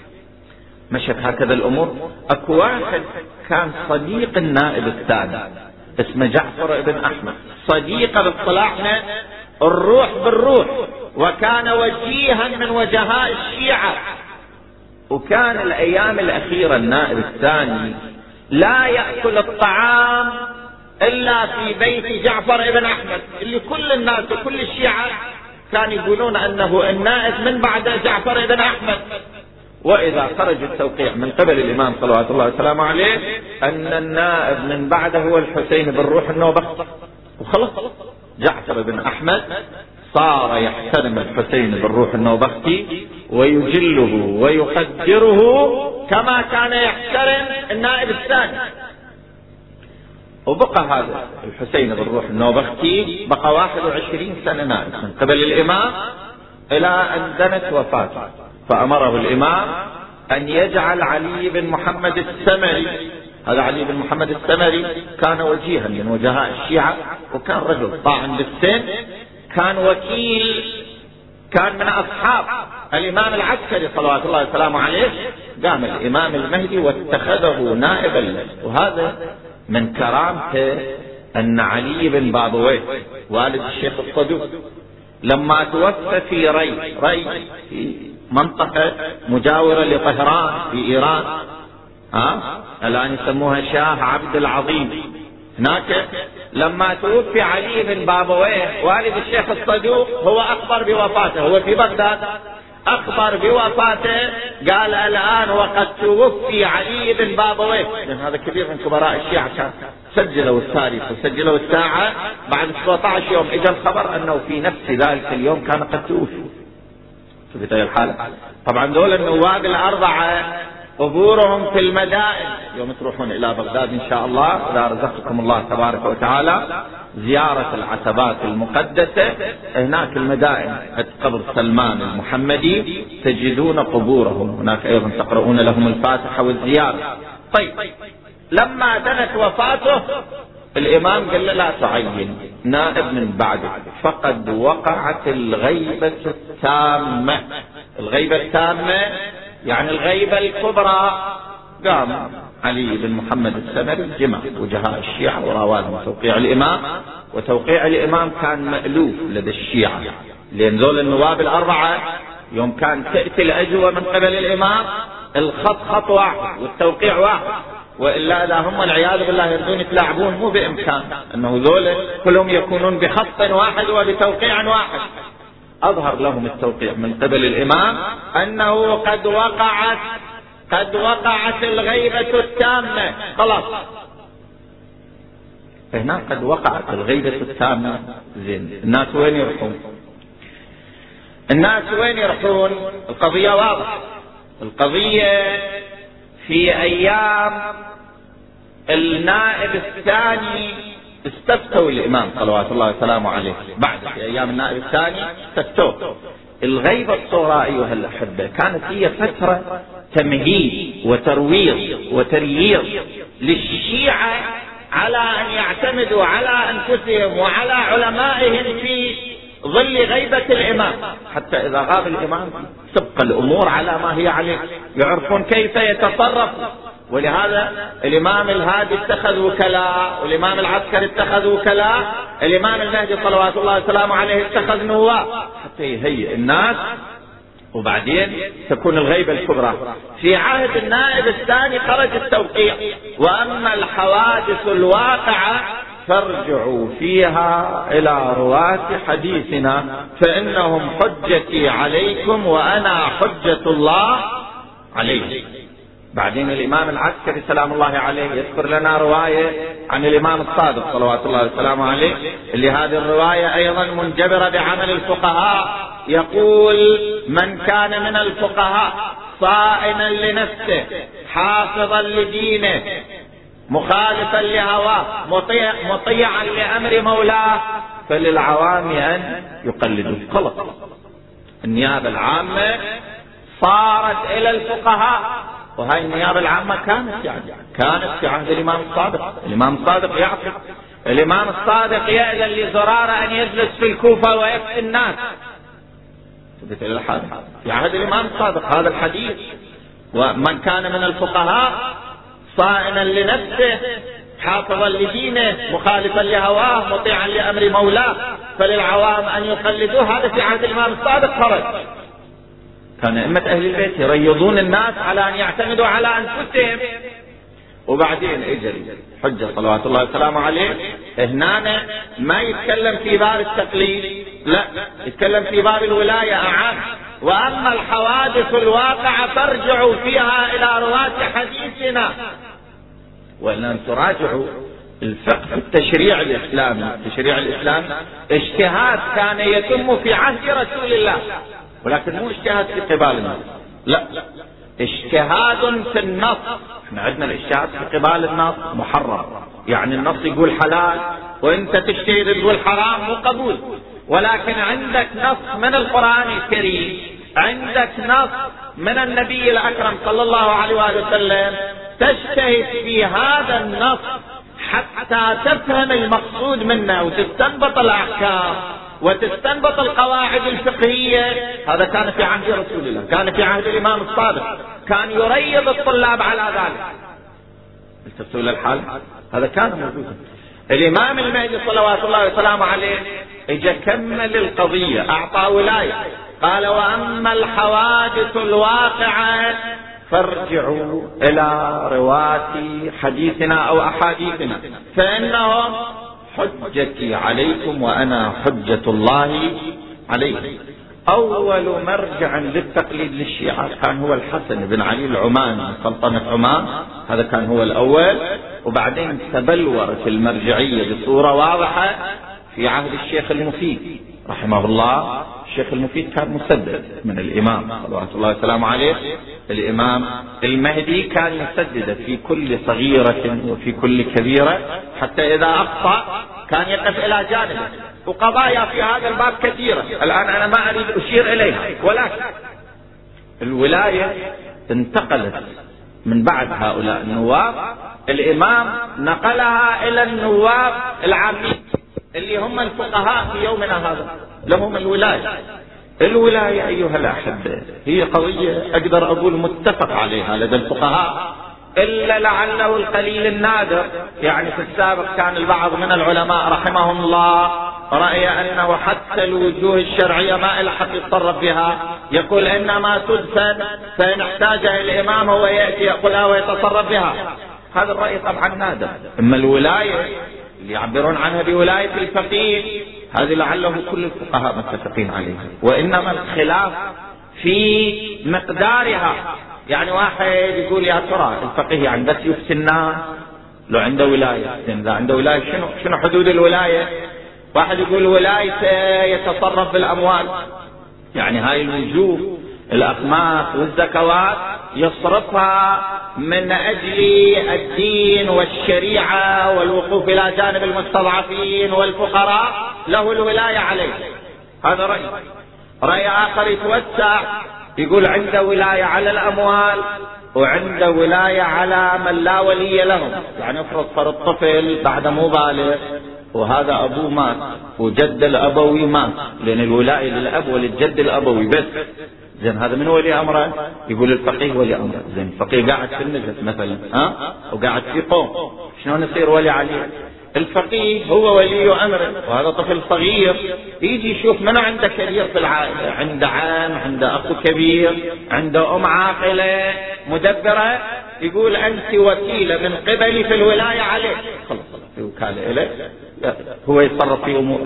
مشت هكذا الأمور. أكو واحد كان صديق النائب الثاني اسمه جعفر بن أحمد، صديق باصطلاحنا الروح بالروح، وكان وجيها من وجهاء الشيعة. وكان الأيام الأخيرة النائب الثاني لا يأكل الطعام إلا في بيت جعفر بن أحمد، اللي كل الناس وكل الشيعة كانوا يقولون أنه النائب من بعد جعفر بن أحمد. وإذا خرج التوقيع من قبل الإمام صلوات الله وسلامه عليه أن النائب من بعده هو الحسين بن روح النوبختي، وخلص جعفر بن أحمد صار يحترم الحسين بن روح النوبختي ويجله ويقدره كما كان يحترم النائب الثاني. وبقى هذا الحسين بن روح النوبختي بقى 21 سنة نائب من قبل الإمام إلى أن دنت وفاته، فأمره الإمام أن يجعل علي بن محمد السمري. هذا علي بن محمد السمري كان وجيها من وجهاء الشيعة، وكان رجل طاعن بالسن، كان وكيل، كان من أصحاب الإمام العسكري صلوات الله وسلامه عليه. قام الإمام المهدي واتخذه نائبا له. وهذا من كرامته أن علي بن بابويه والد الشيخ الصدوق لما توفى في ري في منطقة مجاورة لطهران في إيران، الآن يسموها شاه عبد العظيم، هناك لما توفي علي بن بابويه والد الشيخ الصدوق هو أخبر بوفاته، هو في بغداد أخبر بوفاته، قال الآن وقد توفي علي بن بابويه، لأن هذا كبير من كبراء الشيعة، كان سجلوا التاريخ وسجلوا الساعة بعد 17 يوم إجا الخبر أنه في نفس ذلك اليوم كان قد توفي. في هذه الحالة طبعا دول النواب الأربعة قبورهم في المدائن، يوم تروحون إلى بغداد إن شاء الله إذا رزقكم الله تبارك وتعالى زيارة العتبات المقدسة، هناك المدائن قبر سلمان المحمدي تجدون قبورهم هناك، أيضا تقرؤون لهم الفاتحة والزيارة. طيب لما دنت وفاته الإمام قال له لا تعين نائب من بعده، فقد وقعت الغيبة التامة. الغيبة التامة يعني الغيبة الكبرى. قام علي بن محمد السمري جمع وجهاء الشيعة وراوالهم توقيع الإمام، وتوقيع الإمام كان مألوف لدى الشيعة، لأن ذول النواب الأربعة يوم كان تأتي الأجوبة من قبل الإمام الخط خط واحد والتوقيع واحد، وإلا إذا هم العياذ بالله يردون يتلاعبون مو بإمكان أنه ذول كلهم يكونون بخط واحد وبتوقيع واحد. أظهر لهم التوقيع من قبل الإمام أنه قد وقعت الغيبة التامة، خلاص هنا قد وقعت الغيبة التامة. زين الناس وين يروحون؟ الناس وين يروحون؟ القضية واضحة. القضية في أيام النائب الثاني استفتوا الإمام صلوات الله وسلامه عليه، بعد في أيام النائب الثاني استفتوه. الغيبة الصغرى أيها الأحبة كانت هي فترة تمهيد وترويض وترييض للشيعة على أن يعتمدوا على أنفسهم وعلى علمائهم في ظل غيبة الإمام، حتى إذا غاب الإمام تبقى الأمور على ما هي عليه، يعرفون كيف يتصرف. ولهذا الإمام الهادي اتخذ وكلاء، والإمام العسكري اتخذ وكلاء، الإمام المهدي صلوات الله وسلامه عليه اتخذ نواب حتى يهيئ الناس، وبعدين تكون الغيبة الكبرى. في عهد النائب الثاني خرج التوقيع: وأما الحوادث الواقعة فارجعوا فيها إلى رواة حديثنا فإنهم حجتي عليكم وأنا حجة الله عليكم. بعدين الإمام العسكري سلام الله عليه يذكر لنا رواية عن الإمام الصادق صلوات الله وسلامه عليه، اللي هذه الرواية أيضا منجبرة بعمل الفقهاء. يقول: من كان من الفقهاء صائما لنفسه حافظا لدينه مخالفا لهواه مطيعا لأمر مولاه فللعوام أن يقلدوا. خلص النيابة العامة صارت إلى الفقهاء، وهاي النيابة العامة كانت في عهد الإمام الصادق. الإمام الصادق يعرف، الإمام الصادق يأذن لزرارة أن يجلس في الكوفة ويفتي الناس في عهد الإمام الصادق هذا الحديث: ومن كان من الفقهاء صائما لنفسه حافظا لدينه مخالفا لهواه مطيعا لأمر مولاه فللعوام أن يقلدوه. هذا في عهد الإمام الصادق خرج. كان أئمة أهل البيت يريضون الناس على أن يعتمدوا على أنفسهم. وبعدين اجى حجة صلوات الله وسلامه عليه هنا ما يتكلم في باب التقليد، لا يتكلم في باب الولاية أعم: وأما الحوادث الواقعة فارجعوا فيها إلى رواة حديثنا. وإن تراجعوا الفقه في التشريع الإسلامي، التشريع الإسلامي اجتهاد كان يتم في عهد رسول الله، ولكن مو اجتهاد في قبال الناس، لا اجتهاد في النص. احنا عندنا الاجتهاد في قبال النص محرم، يعني النص يقول حلال وانت تجتهد تقول حرام مو قبول. ولكن عندك نص من القرآن الكريم، عندك نص من النبي الأكرم صلى الله عليه وآله وسلم، تجتهد في هذا النص حتى تفهم المقصود منه وتستنبط الأحكام وتستنبط القواعد الفقهية. هذا كان في عهد رسول الله، كان في عهد الإمام الصادق، كان يريض الطلاب على ذلك. التفتوا للحال هذا كان موجودا. الإمام المهدي صلوات الله وسلامه عليه اجى كمل القضية، أعطى ولاية، قال وأما الحوادث الواقعة فارجعوا إلى رواة حديثنا أو أحاديثنا فإنهم حجتي عليكم وأنا حجة الله عليكم. أول مرجع للتقليد للشيعة كان هو الحسن بن علي العماني، سلطنة عمان، هذا كان هو الأول. وبعدين تبلورت المرجعية بصورة واضحة في عهد الشيخ المفيد رحمه الله. الشيخ المفيد كان مسدد من الإمام صلوات الله وسلامه عليه. الإمام المهدي كان يسدد في كل صغيرة وفي كل كبيرة، حتى إذا أخطأ كان يقف إلى جانبه. وقضايا في هذا الباب كثيرة، الآن أنا ما أريد أشير إليها، ولكن الولاية انتقلت من بعد هؤلاء النواب. الإمام نقلها إلى النواب العامين اللي هم الفقهاء في يومنا هذا، لهم الولاية. الولاية أيها الأحبة هي قضية أقدر أقول متفق عليها لدى الفقهاء، إلا لعله القليل النادر. يعني في السابق كان البعض من العلماء رحمهم الله رأي أنه حتى الوجوه الشرعية ما الحق يتصرف بها، يقول إنما تدفن فإن احتاجها الإمام هو يأتي يأخذها ويتصرف بها. هذا الرأي طبعا نادر. أما الولاية اللي يعبرون عنها بولاية الفقيه هذه لعله كل الفقهاء متفقين عليها، وإنما الخلاف في مقدارها. يعني واحد يقول يا ترى الفقيه يعني بس يفتي الناس لو عنده ولاية؟ إذا عنده ولاية شنو حدود الولاية؟ واحد يقول ولايته يتصرف بالأموال، يعني هاي الوجوه الأخماس والزكوات يصرفها من أجل الدين والشريعة والوقوف إلى جانب المستضعفين والفقراء، له الولاية عليه. هذا رأي آخر يتوسع يقول عنده ولاية على الأموال وعنده ولاية على من لا ولي لهم. يعني افرض صار الطفل بعد مو بالغ وهذا أبوه مات وجد الأبوي مات، لأن الولاية للأب وللجد الأبوي بس. زين هذا من ولي أمره؟ يقول الفقيه ولي أمره. زين الفقيه قاعد في النجف مثلا وقاعد في قوم، شلون يصير ولي عليه؟ الفقيه هو ولي أمره، وهذا طفل صغير يجي يشوف من عنده كبير في العائلة، عنده عم، عنده أخو كبير، عنده أم عاقلة مدبرة، يقول أنت وكيلة من قبلي في الولاية عليه، خلص في وكالة إليه، هو يتصرف في أموره.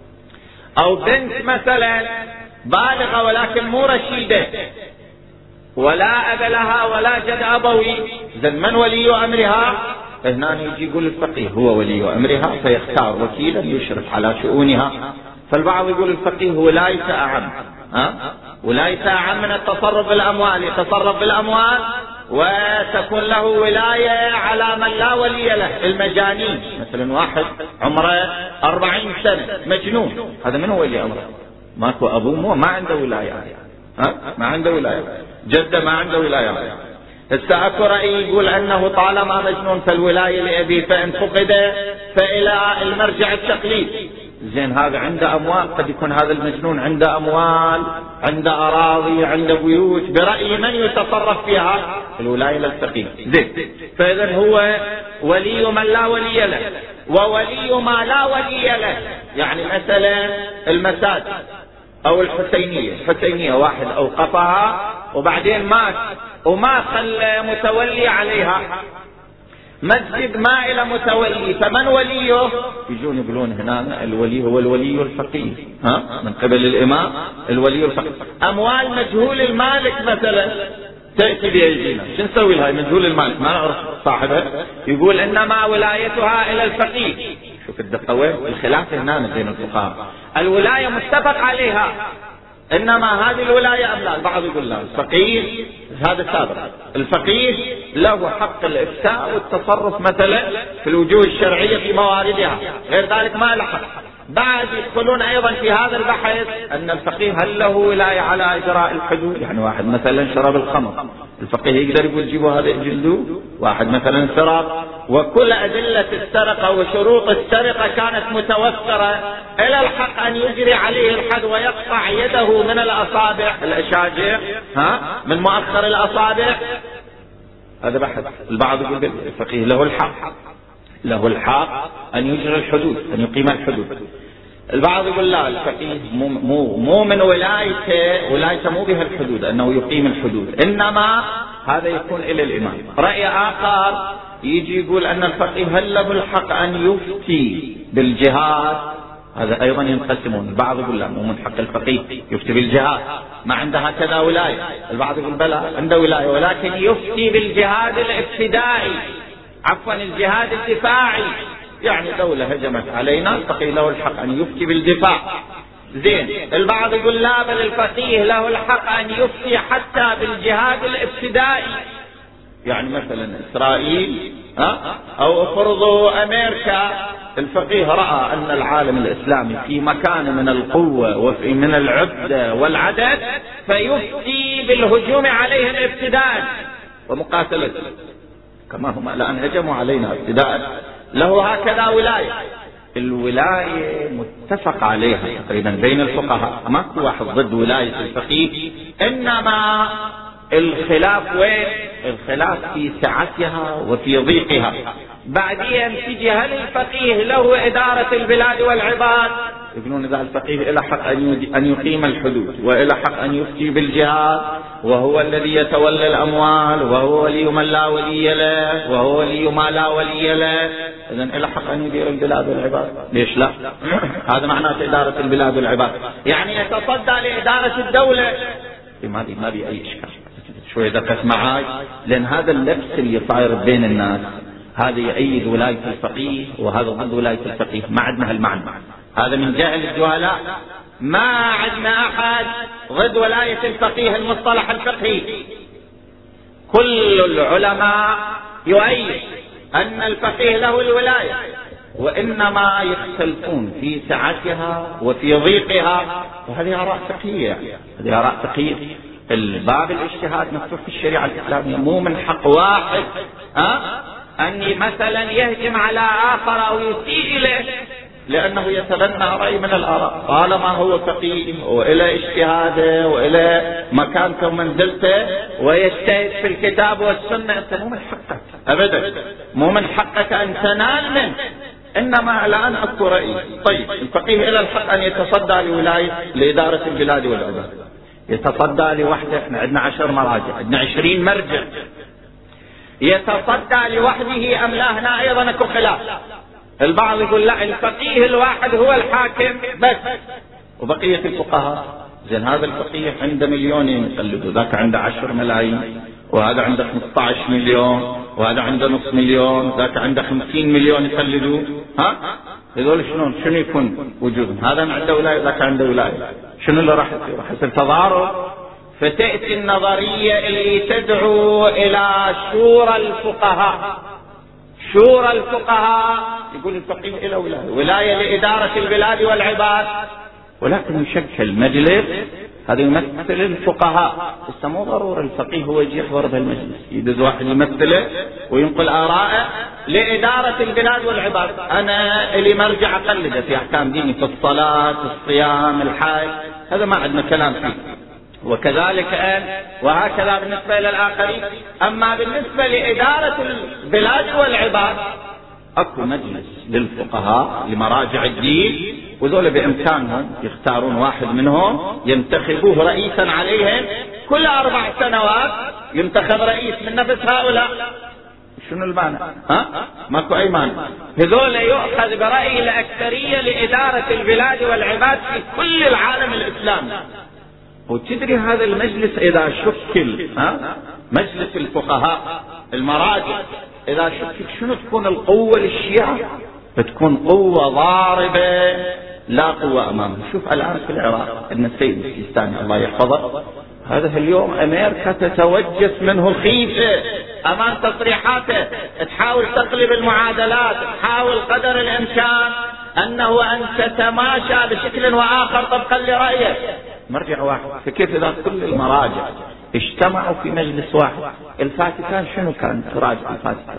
أو بنت مثلا بالغة ولكن مو رشيدة ولا أب لها ولا جد أبوي، زين من ولي أمرها؟ هنا يجي يقول الفقيه هو ولي أمرها فيختار وكيلا يشرف على شؤونها. فالبعض يقول الفقيه ولاية أعم، ولاية أعم من التصرف بالأموال، يتصرف بالأموال وتكون له ولاية على من لا ولي له. المجانين مثلا واحد عمره 40 سنة مجنون، هذا من هو ولي أمره؟ ماكو أبوه ما عنده ولاية، ما عنده ولاية، جده ما عنده ولاية. هسه اكو رأي يقول انه طالما مجنون فالولاية لأبيه، فإن فقد فإلى المرجع التقليد. زين هذا عنده أموال، قد يكون هذا المجنون عنده أموال، عنده أراضي، عنده بيوت، برأي من يتصرف فيها؟ الولاية للفقيه. زين فإذا هو ولي من لا ولي له وولي ما لا ولي له. يعني مثلا المساجد أو الحسينية واحد أوقفها وبعدين مات وما خلى متولي عليها، مسجد ما إلى متولي، فمن وليه؟ يجون يقولون هنا الولي هو الولي الفقيه من قبل الإمام، الولي الفقيه. أموال مجهول المالك مثلا تأتي بأيدينا، شو نسوي لها؟ مجهول المالك ما نعرف صاحبها، يقول إنما ولايتها إلى الفقيه. شوف الدقة وين الخلاف هنا بين الفقهاء. الولاية متفق عليها، إنما هذه الولاية أم لا؟ البعض يقول لا، الفقيه هذا سابق، الفقيه له حق الإفتاء والتصرف مثلا في الوجوه الشرعية في مواردها، غير ذلك ما له حق. بعد يدخلون أيضا في هذا البحث أن الفقيه هل له ولاية على إجراء الحدود؟ يعني واحد مثلا شرب الخمر، الفقيه يقدر يقول جيبوا هذا اجلدوه. واحد مثلا سرق، وكل أدلة السرقة وشروط السرقة كانت متوفرة، إلى الحق أن يجري عليه الحد ويقطع يده من الأصابع الأشاجر من مؤخر الأصابع. هذا بحث. البعض يقول الفقيه له الحق أن يجري الحدود، أن يقيم الحدود. البعض يقول لا، الفقيه مو من ولايته مو بها الحدود أنه يقيم الحدود، إنما هذا يكون إلى الإمام. رأي آخر يجي يقول أن الفقيه هل له الحق أن يفتي بالجهاد؟ هذا أيضا ينقسمون. البعض يقول لا، مو من حق الفقيه يفتي بالجهاد، ما عنده هكذا ولاية. البعض يقول بلى، عنده ولاية ولكن يفتي بالجهاد الابتدائي، عفوا الجهاد الدفاعي. يعني دولة هجمت علينا، الفقيه له الحق أن يفتي بالدفاع. زين. البعض يقول لا، بل الفقيه له الحق أن يفتي حتى بالجهاد الابتدائي. يعني مثلا إسرائيل أو فرضوا أمريكا، الفقيه رأى أن العالم الإسلامي في مكان من القوة وفي من العدة والعدد، فيفتي بالهجوم عليهم ابتداء ومقاتلتهم كما هم الآن هجموا علينا ابتداء. له هكذا ولاية. الولاية متفق عليها تقريبا بين الفقهاء، ماكو واحد ضد ولاية الفقيه، إنما الخلاف وين؟ الخلاف في سعتها وفي ضيقها. بعدين تجي هل الفقيه له إدارة البلاد والعباد؟ يقولون إذا الفقيه له حق أن يقيم الحدود، وإله حق أن يفتي بالجهاد، وهو الذي يتولى الأموال، وهو ولي من لا ولي له، وهو ولي ما لا ولي له، إذن إله حق أن يدير البلاد والعباد. ليش لا؟ هذا معناه إدارة البلاد والعباد، يعني يتصدى لإدارة الدولة. ما بي أي إشكال. شوي دقت معاي، لأن هذا اللبس اللي صاير بين الناس هذا يؤيد ولاية الفقيه وهذا ضد ولاية الفقيه. ما عندنا هالمعنى، هذا من جهل الجهلاء. ما عندنا أحد ضد ولاية الفقيه المصطلح الفقهي. كل العلماء يؤيد أن الفقيه له الولاية، وإنما يختلفون في سعتها وفي ضيقها، وهذه آراء فقهية. هذه آراء فقهية. الباب الاجتهاد مفتوح في الشريعة الإسلامية، مو من حق واحد أن مثلا يهجم على آخر أو يسيء إليه لأنه يتبنى رأي من الآراء، طالما هو فقيه وإلى اجتهاده وإلى مكانته ومنزلته ويجتهد في الكتاب والسنة، أنت مو من حقك أبدا، مو من حقك أن تنال منه. إنما الآن أكو رأي. طيب، الفقيه إلى الحق أن يتصدى لإدارة البلاد والعباد، يتصدى لوحده. احنا عندنا 10 مراجع، عندنا 20 مرجع. يتصدى لوحده أم لا؟ هنا أيضا اكو خلاف. البعض يقول لا، الفقيه الواحد هو الحاكم بس، وبقية الفقهاء. زين، هذا الفقيه عنده مليونين يقلدوا، ذاك عنده 10 ملايين، وهذا عنده 15 مليون، وهذا عنده نصف مليون، ذاك عنده 50 مليون يقلدوا. هذول شنو يكون وجودهم؟ هذا عنده ولاية، ذاك عنده ولاية. شنو اللي راح يصير؟ راح يصير تضارب. فتأتي النظرية اللي تدعو إلى شورى الفقهاء. شورى الفقهاء يقول الفقيه له ولاية لإدارة البلاد والعباد، ولكن يشكل مجلس هذا يمثل الفقهاء. بس مو ضروري الفقيه هو يجي يحضر بهالمجلس، يدز واحد يمثله وينقل آراءه لإدارة البلاد والعباد. أنا اللي مرجع أقلده في أحكام ديني، في الصلاة، في الصيام، الحج، هذا ما عندنا كلام فيه. وكذلك وهكذا بالنسبة للآخرين. أما بالنسبة لإدارة البلاد والعباد أكو مجلس للفقهاء لمراجع الدين، وذول بإمكانهم يختارون واحد منهم ينتخبوه رئيسا عليهم. كل 4 سنوات ينتخب رئيس من نفس هؤلاء. شنو المعنى؟ ماكو أي معنى. هذول يؤخذ برأي الأكثرية لإدارة البلاد والعباد في كل العالم الإسلامي. وتدري هذا المجلس إذا شكل مجلس الفقهاء المراجع، إذا شكل شنو تكون القوة للشيعة؟ بتكون قوة ضاربة لا قوة أمامه. شوف الآن في العراق أن السيد السيستاني الله يحفظه، هذا اليوم أمريكا تتوجس منه الخيفة أمام تصريحاته، تحاول تقلب المعادلات، تحاول قدر الإمكان أنه أن تتماشى بشكل وآخر طبقا لرأيه. مرجع واحد، فكيف إذا كل المراجع اجتمعوا في مجلس واحد؟ الفاتيكان شنو كان تراجع الفاتيكان؟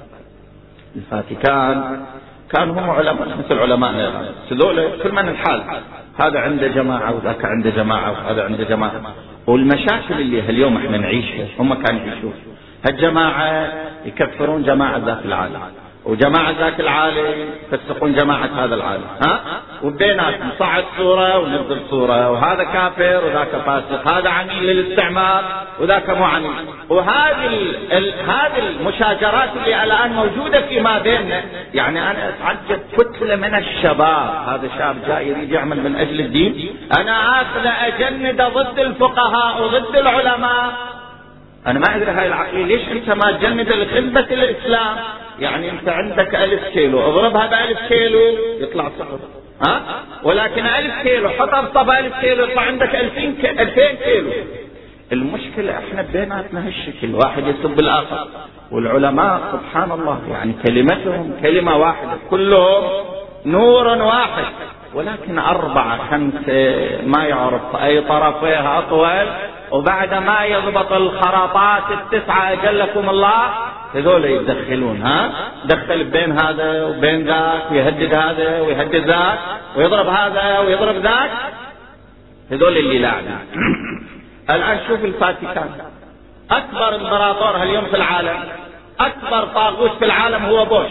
الفاتيكان كانوا هم علماء مثل علماءنا، هذول كل من الحال، هذا عنده جماعة وذاك عنده جماعة وهذا عنده جماعة. والمشاكل اللي اليوم احنا نعيشها هم كانوا يعيشون. هالجماعة يكفرون جماعة ذاك العالم، وجماعة ذاك العالم يفسقون جماعة هذا العالم، وبيناتهم صعد صورة ونزل صورة، وهذا كافر وذاك فاسق، هذا عميل للاستعمار وذاك مو عميل. وهذه هذه المشاجرات اللي الآن موجودة فيما بيننا، يعني أنا أتعجب كتلة من الشباب، هذا شاب جاي يريد يعمل من أجل الدين، أنا آخذ أجند ضد الفقهاء وضد العلماء. أنا ما أدري هاي العقلية ليش أنت ما تجند لخدمة الإسلام؟ يعني أنت عندك 1000 كيلو، اضربها ب1000 كيلو يطلع صفر، ولكن 1000 كيلو حطها بطبع 1000 كيلو يطلع عندك 2000 كيلو. المشكلة احنا بيناتنا هالشكل، واحد يسب الآخر. والعلماء سبحان الله يعني كلمتهم كلمة واحدة، كلهم نور واحد، ولكن 4 5 ما يعرف أي طرفيها أطول، وبعد ما يضبط الخرطات 9 أجلكم الله هذول يتدخلون، دخل بين هذا وبين ذاك، ويهدد هذا ويهدد ذاك، ويضرب هذا ويضرب ذاك، هذول اللي لاعبين. الآن شوف الفاتيكان، أكبر امبراطور هاليوم في العالم، أكبر طاغوت في العالم هو بوش،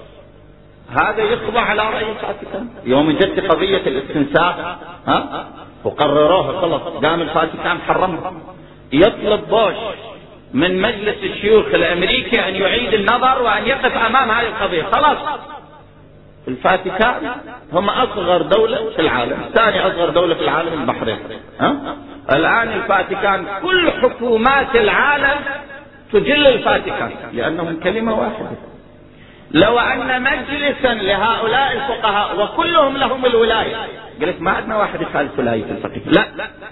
هذا يخضع على رأي الفاتيكان. يوم جت قضية الاستنساخ وقرروها خلص، قام الفاتيكان حرمها. يطلب بوش من مجلس الشيوخ الأمريكي أن يعيد النظر وأن يقف أمام هذه القضية. خلاص الفاتيكان هم أصغر دولة في العالم، ثاني أصغر دولة في العالم البحرين. الآن الفاتيكان كل حكومات العالم تجل الفاتيكان لأنهم كلمة واحدة. لو أن مجلسا لهؤلاء الفقهاء وكلهم لهم الولاية، قلت ما عندنا واحد يخالف ولاية الفقيه، لا،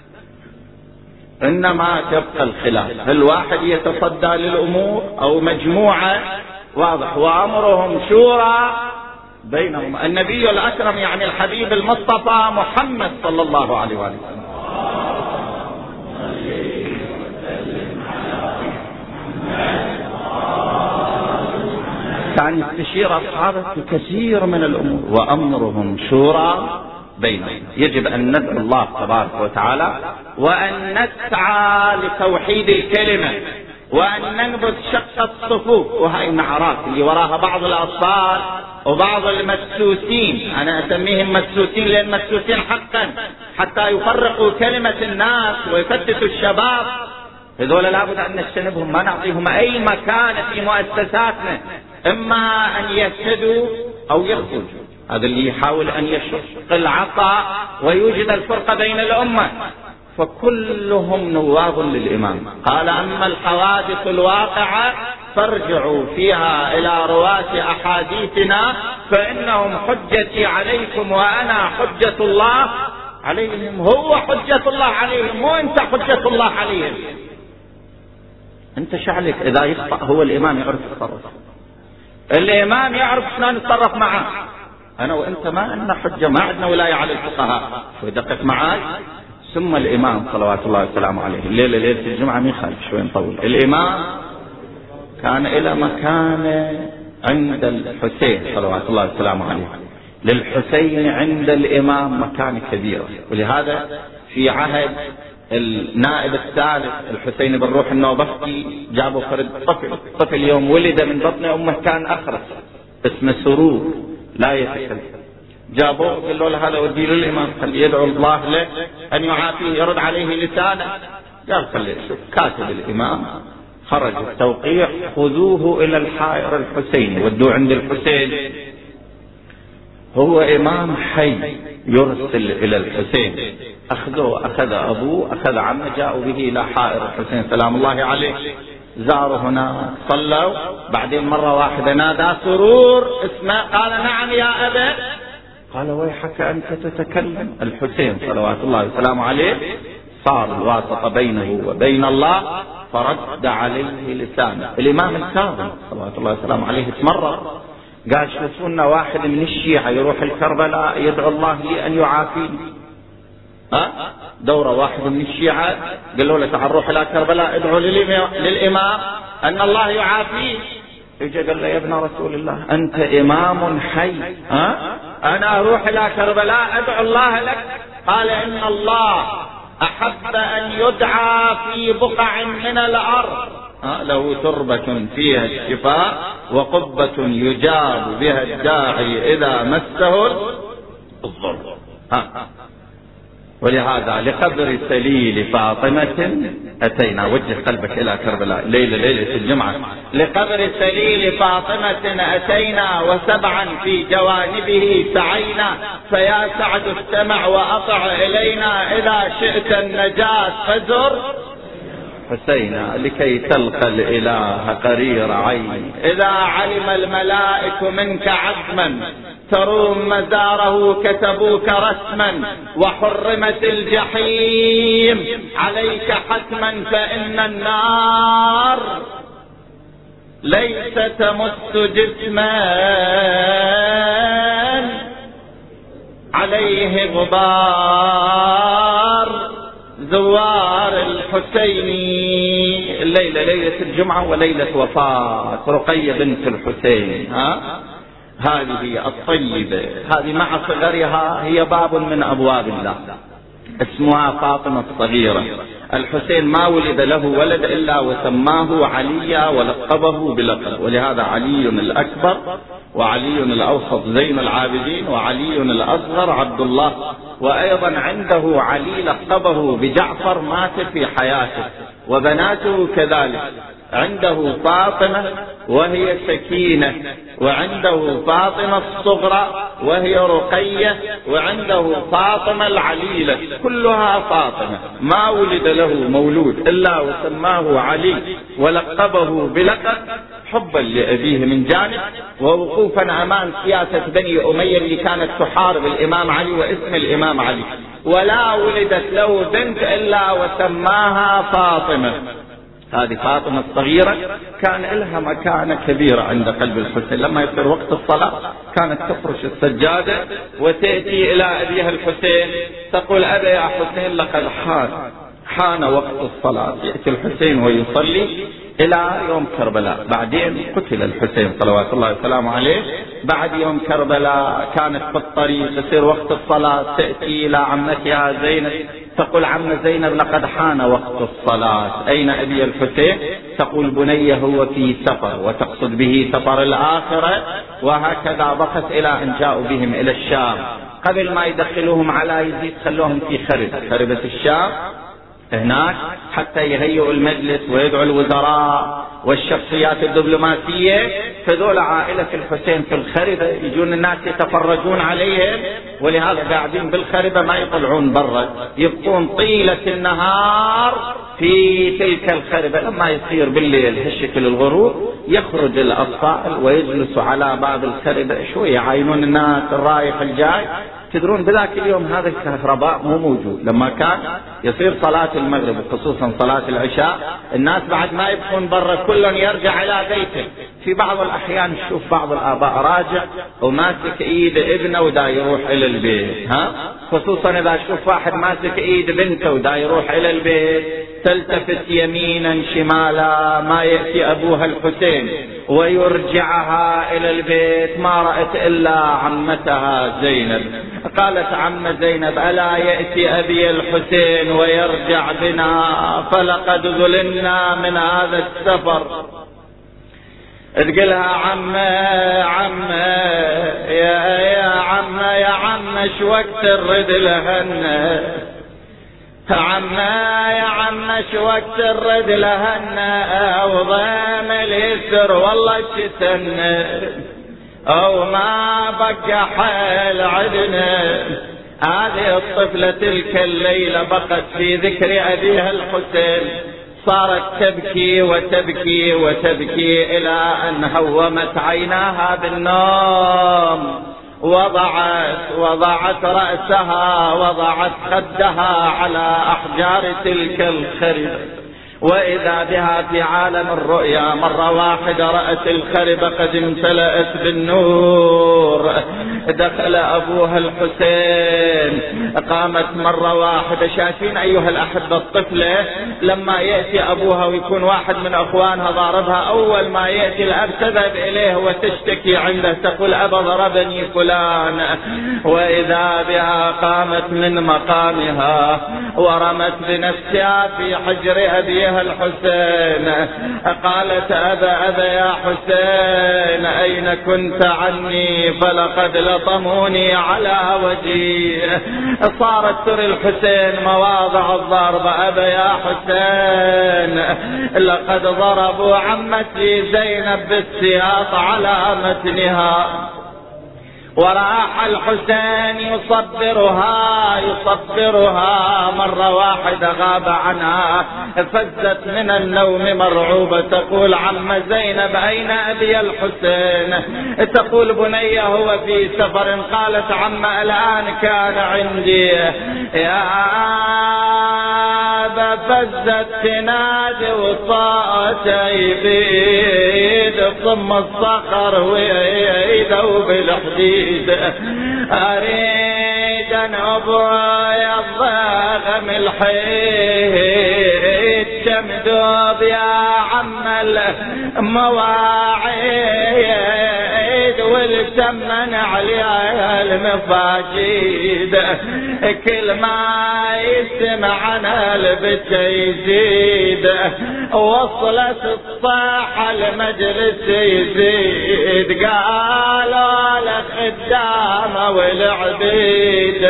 إنما تبقى الخلاف، هل واحد يتصدى للأمور أو مجموعة، واضح، وأمرهم شورى بينهم. النبي الأكرم يعني الحبيب المصطفى محمد صلى الله عليه وآله وسلم كان يستشير أصحابه في كثير من الأمور، وأمرهم شورى بينهم. يجب أن ندعو الله تبارك وتعالى، وأن نسعى لتوحيد الكلمة، وأن ننبذ شق الصفوف وهي النعرات اللي وراها بعض الأطفال وبعض المسوسين. أنا أسميهم مسوسين لأن مسوسين حقا، حتى يفرقوا كلمة الناس ويفتتوا الشباب. هذول لابد أن نجتنبهم، ما نعطيهم أي مكان في مؤسساتنا، إما أن يفسدوا أو يخرجوا. هذا اللي يحاول أن يشق العصا ويوجد الفرقة بين الأمة، فكلهم نواب للإمام. قال أما الحوادث الواقعة فارجعوا فيها إلى رواة أحاديثنا فإنهم حجتي عليكم وأنا حجة الله عليهم. هو حجة الله عليهم، مو أنت حجة الله عليهم. أنت شعلك إذا يخطأ، هو الإمام يعرف يتصرف، الإمام يعرف شلون يتصرف معه. أنا وأنت ما عندنا حجة، ما عندنا ولاية على الفقهاء. شوي دقق معاي. ثم الإمام صلوات الله وسلامه عليه، الليلة ليلة الجمعة مين خالف شوي نطول. الإمام كان إلى مكانه عند الحسين صلوات الله وسلامه عليه، للحسين عند الإمام مكانة كبيرة. ولهذا في عهد النائب الثالث الحسين بن روح النوبختي جابوا فرد طفل يوم ولد من بطن أمه كان أخرس اسمه سرور لا يتكلم. جابوه قالوا له هذا ودي للإمام، خلي يدعو الله له أن يعافيه يرد عليه لسانه. قال خلي شوف كاتب الإمام خرج التوقيع، خذوه إلى الحائر الحسيني، ودوه عند الحسين، هو إمام حي يرسل إلى الحسين. أخذوه، أخذ أبوه، أخذ عمه، جاءوا به إلى حائر الحسين سلام الله عليه. زاروا هنا، صلوا، بعدين مرة واحدة نادى سرور اسمه، قال نعم يا أبا، قال ويحك أنت تتكلم. الحسين صلوات الله وسلامه عليه صار الواسطة بينه وبين الله، فرد عليه لسانه. الإمام الكاظم صلوات الله وسلامه عليه تمرر، قال شوفونا واحد من الشيعة يروح الكربلاء يدعو الله لي أن يعافيني. دورة واحد من الشيعة قالوا له تعال روح إلى كربلاء ادعو للإمام أن الله يعافيه. يجي قال له يا ابن رسول الله أنت إمام حي، أنا أروح إلى كربلاء أدعو الله لك؟ قال إن الله أحب أن يدعى في بقع من الأرض له تربة فيها الشفاء وقبة يجاب بها الداعي إذا مسه الضر. ولهذا لقبر سليل فاطمة أتينا. وجه قلبك إلى كربلاء ليلة الجمعة. لقبر سليل فاطمة أتينا وسبعا في جوانبه سعينا، فيا سعد استمع وأطع إلينا، إذا شئت النجاة فزر حسينا لكي تلقى الإله قرير عين. إذا علم الملائك منك عزما تروم مزاره كتبوك رسما، وحرمت الجحيم عليك حتما، فإن النار ليس تمس جسما عليه غبار. زوار الحسيني الليلة ليلة الجمعة وليلة وفاة رقية بنت الحسين. هذه الطيبة هذه مع صغرها هي باب من أبواب الله، اسمها فاطمة الصغيرة. الحسين ما ولد له ولد إلا وسماه عليا ولقبه بلقب، ولهذا علي الأكبر وعلي الأوسط زين العابدين وعلي الأصغر عبد الله. وأيضا عنده علي لقبه بجعفر مات في حياته، وبناته كذلك. عنده فاطمة وهي سكينة، وعنده فاطمة الصغرى وهي رقية، وعنده فاطمة العليلة، كلها فاطمة. ما ولد له مولود إلا وسماه علي ولقبه بلقب حبا لأبيه من جانب، ووقوفا أمام سياسة بني أمية اللي كانت تحارب الإمام علي واسم الإمام علي. ولا ولدت له بنت إلا وسماها فاطمة. هذه فاطمة الصغيرة كان لها مكانة كبيرة عند قلب الحسين. لما يصير وقت الصلاة كانت تفرش السجادة وتأتي إلى أبيها الحسين تقول أبا يا حسين لقد حان وقت الصلاة. يأتي الحسين ويصلي إلى يوم كربلاء. بعدين قتل الحسين صلوات الله وسلامه عليه. بعد يوم كربلاء كانت في الطريق يصير وقت الصلاة تأتي إلى عمتها زينب تقول عم زينب لقد حان وقت الصلاة، أين أبي الحسين؟ تقول بني هو في سفر، وتقصد به سفر الآخرة. وهكذا بقت إلى أن جاءوا بهم إلى الشام. قبل ما يدخلوهم على يزيد خلوهم في خربة الشام هناك حتى يهيئوا المجلس ويدعوا الوزراء والشخصيات الدبلوماسية. فذول عائلة الحسين في الخربة يجون الناس يتفرجون عليهم، ولهذا قاعدين بالخربة ما يطلعون برا، يبقون طيلة النهار في تلك الخربة. لما يصير بالليل هالشكل الغروب يخرج الأطفال ويجلسوا على باب الخربة شوية يعاينون الناس الرايح الجاي. تدرون بذاك اليوم هذا الكهرباء مو موجود. لما كان يصير صلاة المغرب وخصوصا صلاة العشاء الناس بعد ما يبقون برا كل يرجع إلى بيته. في بعض الأحيان نشوف بعض الآباء راجع وماسك ايد ابنه ودا يروح إلى البيت، خصوصا إذا شوف واحد ماسك ايد بنته ودا يروح إلى البيت تلتفت يمينا شمالا ما يأتي أبوها الحسين ويرجعها إلى البيت. ما رأت إلا عمتها زينب. قالت عم زينب ألا يأتي أبي الحسين ويرجع بنا، فلقد ظلمنا من هذا السفر. تقلها عم يا عم شو وقت الرد لهن، يا عم شو وقت الرد لهن، وضام اليسر والله شتن، او ما بقى حيل عدنا. هذه الطفلة تلك الليلة بقت في ذكر أبيها الحسين، صارت تبكي وتبكي وتبكي إلى أن هومت عيناها بالنوم، وضعت رأسها، وضعت خدها على أحجار تلك الخربة، وإذا بها في عالم الرؤيا مرة واحدة رأت الخربة قد امتلأت بالنور. دخل أبوها الحسين، قامت مرة واحدة. شايفين أيها الأحبة الطفلة لما يأتي أبوها ويكون واحد من أخوانها ضاربها، أول ما يأتي الأب تذهب إليه وتشتكي عنده، تقول أبا ضربني فلان. وإذا بها قامت من مقامها ورمت بنفسها في حجر أبيها الحسين، قالت أبا يا حسين أين كنت عني؟ فلقد لطموني على وجهي. صارت ترى الحسين مواضع الضرب. أبا يا حسين لقد ضربوا عمتي زينب بالسياط على متنها. وراح الحسين يصبرها مرة واحدة غاب عنها، فزت من النوم مرعوبة تقول عم زينب أين أبي الحسين؟ تقول بني هو في سفر. قالت عم الآن كان عندي. يا أبا فزت تنادي وصاءت يبيد ثم الصخر ويذوب الحديد. أريد أن أبوي الضغم الحيد شمدوب يا عم المواعيد والتمن عليها المفاجيد. كل ما يسمعنا البت يزيد، وصلت الصاحة المجلس يزيد. قالوا لخدامة والعبيد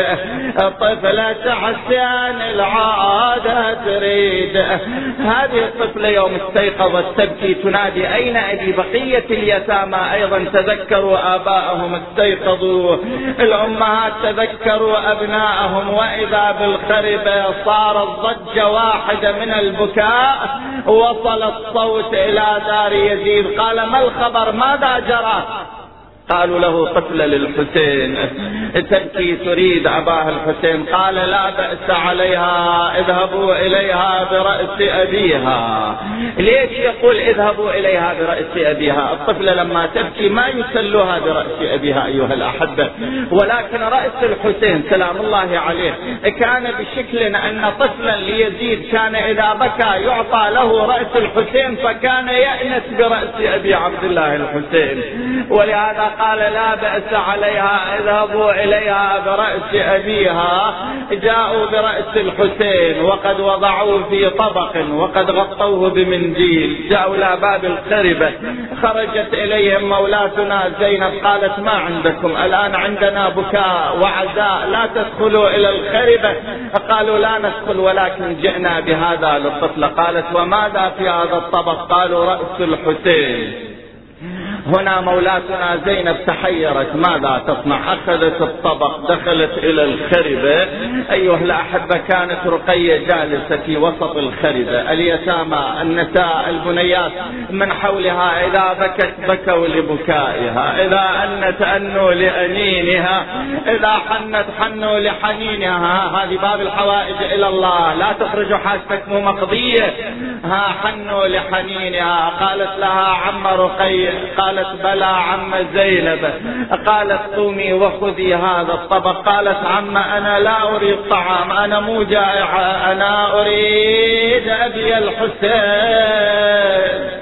طفلة حسين العادة تريد. هذه الطفلة يوم استيقظت تبكي تنادي أين أبي؟ بقية اليتامى أيضا تذكروا آباءهم استيقظوا، الأمهات تذكروا أبناءهم، وإذا بالخربة صارت ضجة واحدة من البكاء. وصل الصوت إلى دار يزيد. قال ما الخبر؟ ماذا جرى؟ قالوا له طفلة للحسين تبكي تريد أباها الحسين. قال لا بأس عليها، اذهبوا إليها برأس أبيها. ليش يقول اذهبوا إليها برأس أبيها؟ الطفلة لما تبكي ما يسلوها برأس أبيها أيها الأحبة، ولكن رأس الحسين سلام الله عليه كان بشكل أن طفلا ليزيد كان إذا بكى يعطى له رأس الحسين، فكان يأنس برأس أبي عبد الله الحسين. ولهذا قال لا بأس عليها، اذهبوا إليها برأس أبيها. جاءوا برأس الحسين وقد وضعوه في طبق وقد غطوه بمنديل. جاءوا إلى باب الخربة، خرجت إليهم مولاتنا زينب قالت ما عندكم الآن؟ عندنا بكاء وعزاء، لا تدخلوا إلى الخربة. قالوا لا ندخل ولكن جئنا بهذا للطفلة. قالت وماذا في هذا الطبق؟ قالوا رأس الحسين. هنا مولاتنا زينب تحيرت ماذا تصنع؟ أخذت الطبق دخلت إلى الخربة. أيها الأحبة كانت رقية جالسة في وسط الخربة، اليتامى النساء البنيات من حولها إذا بكت بكوا لبكائها، إذا أنت أنوا لأنينها، إذا حنت حنوا لحنينها. هذه باب الحوائج إلى الله، لا تخرجوا حاجتكم مقضية. حنوا لحنينها. قالت لها عم رقية، قالت بلى عم زينب. قالت قومي وخذي هذا الطبق. قالت عم أنا لا أريد طعام، أنا مو جائعة، أنا أريد أبي الحسين.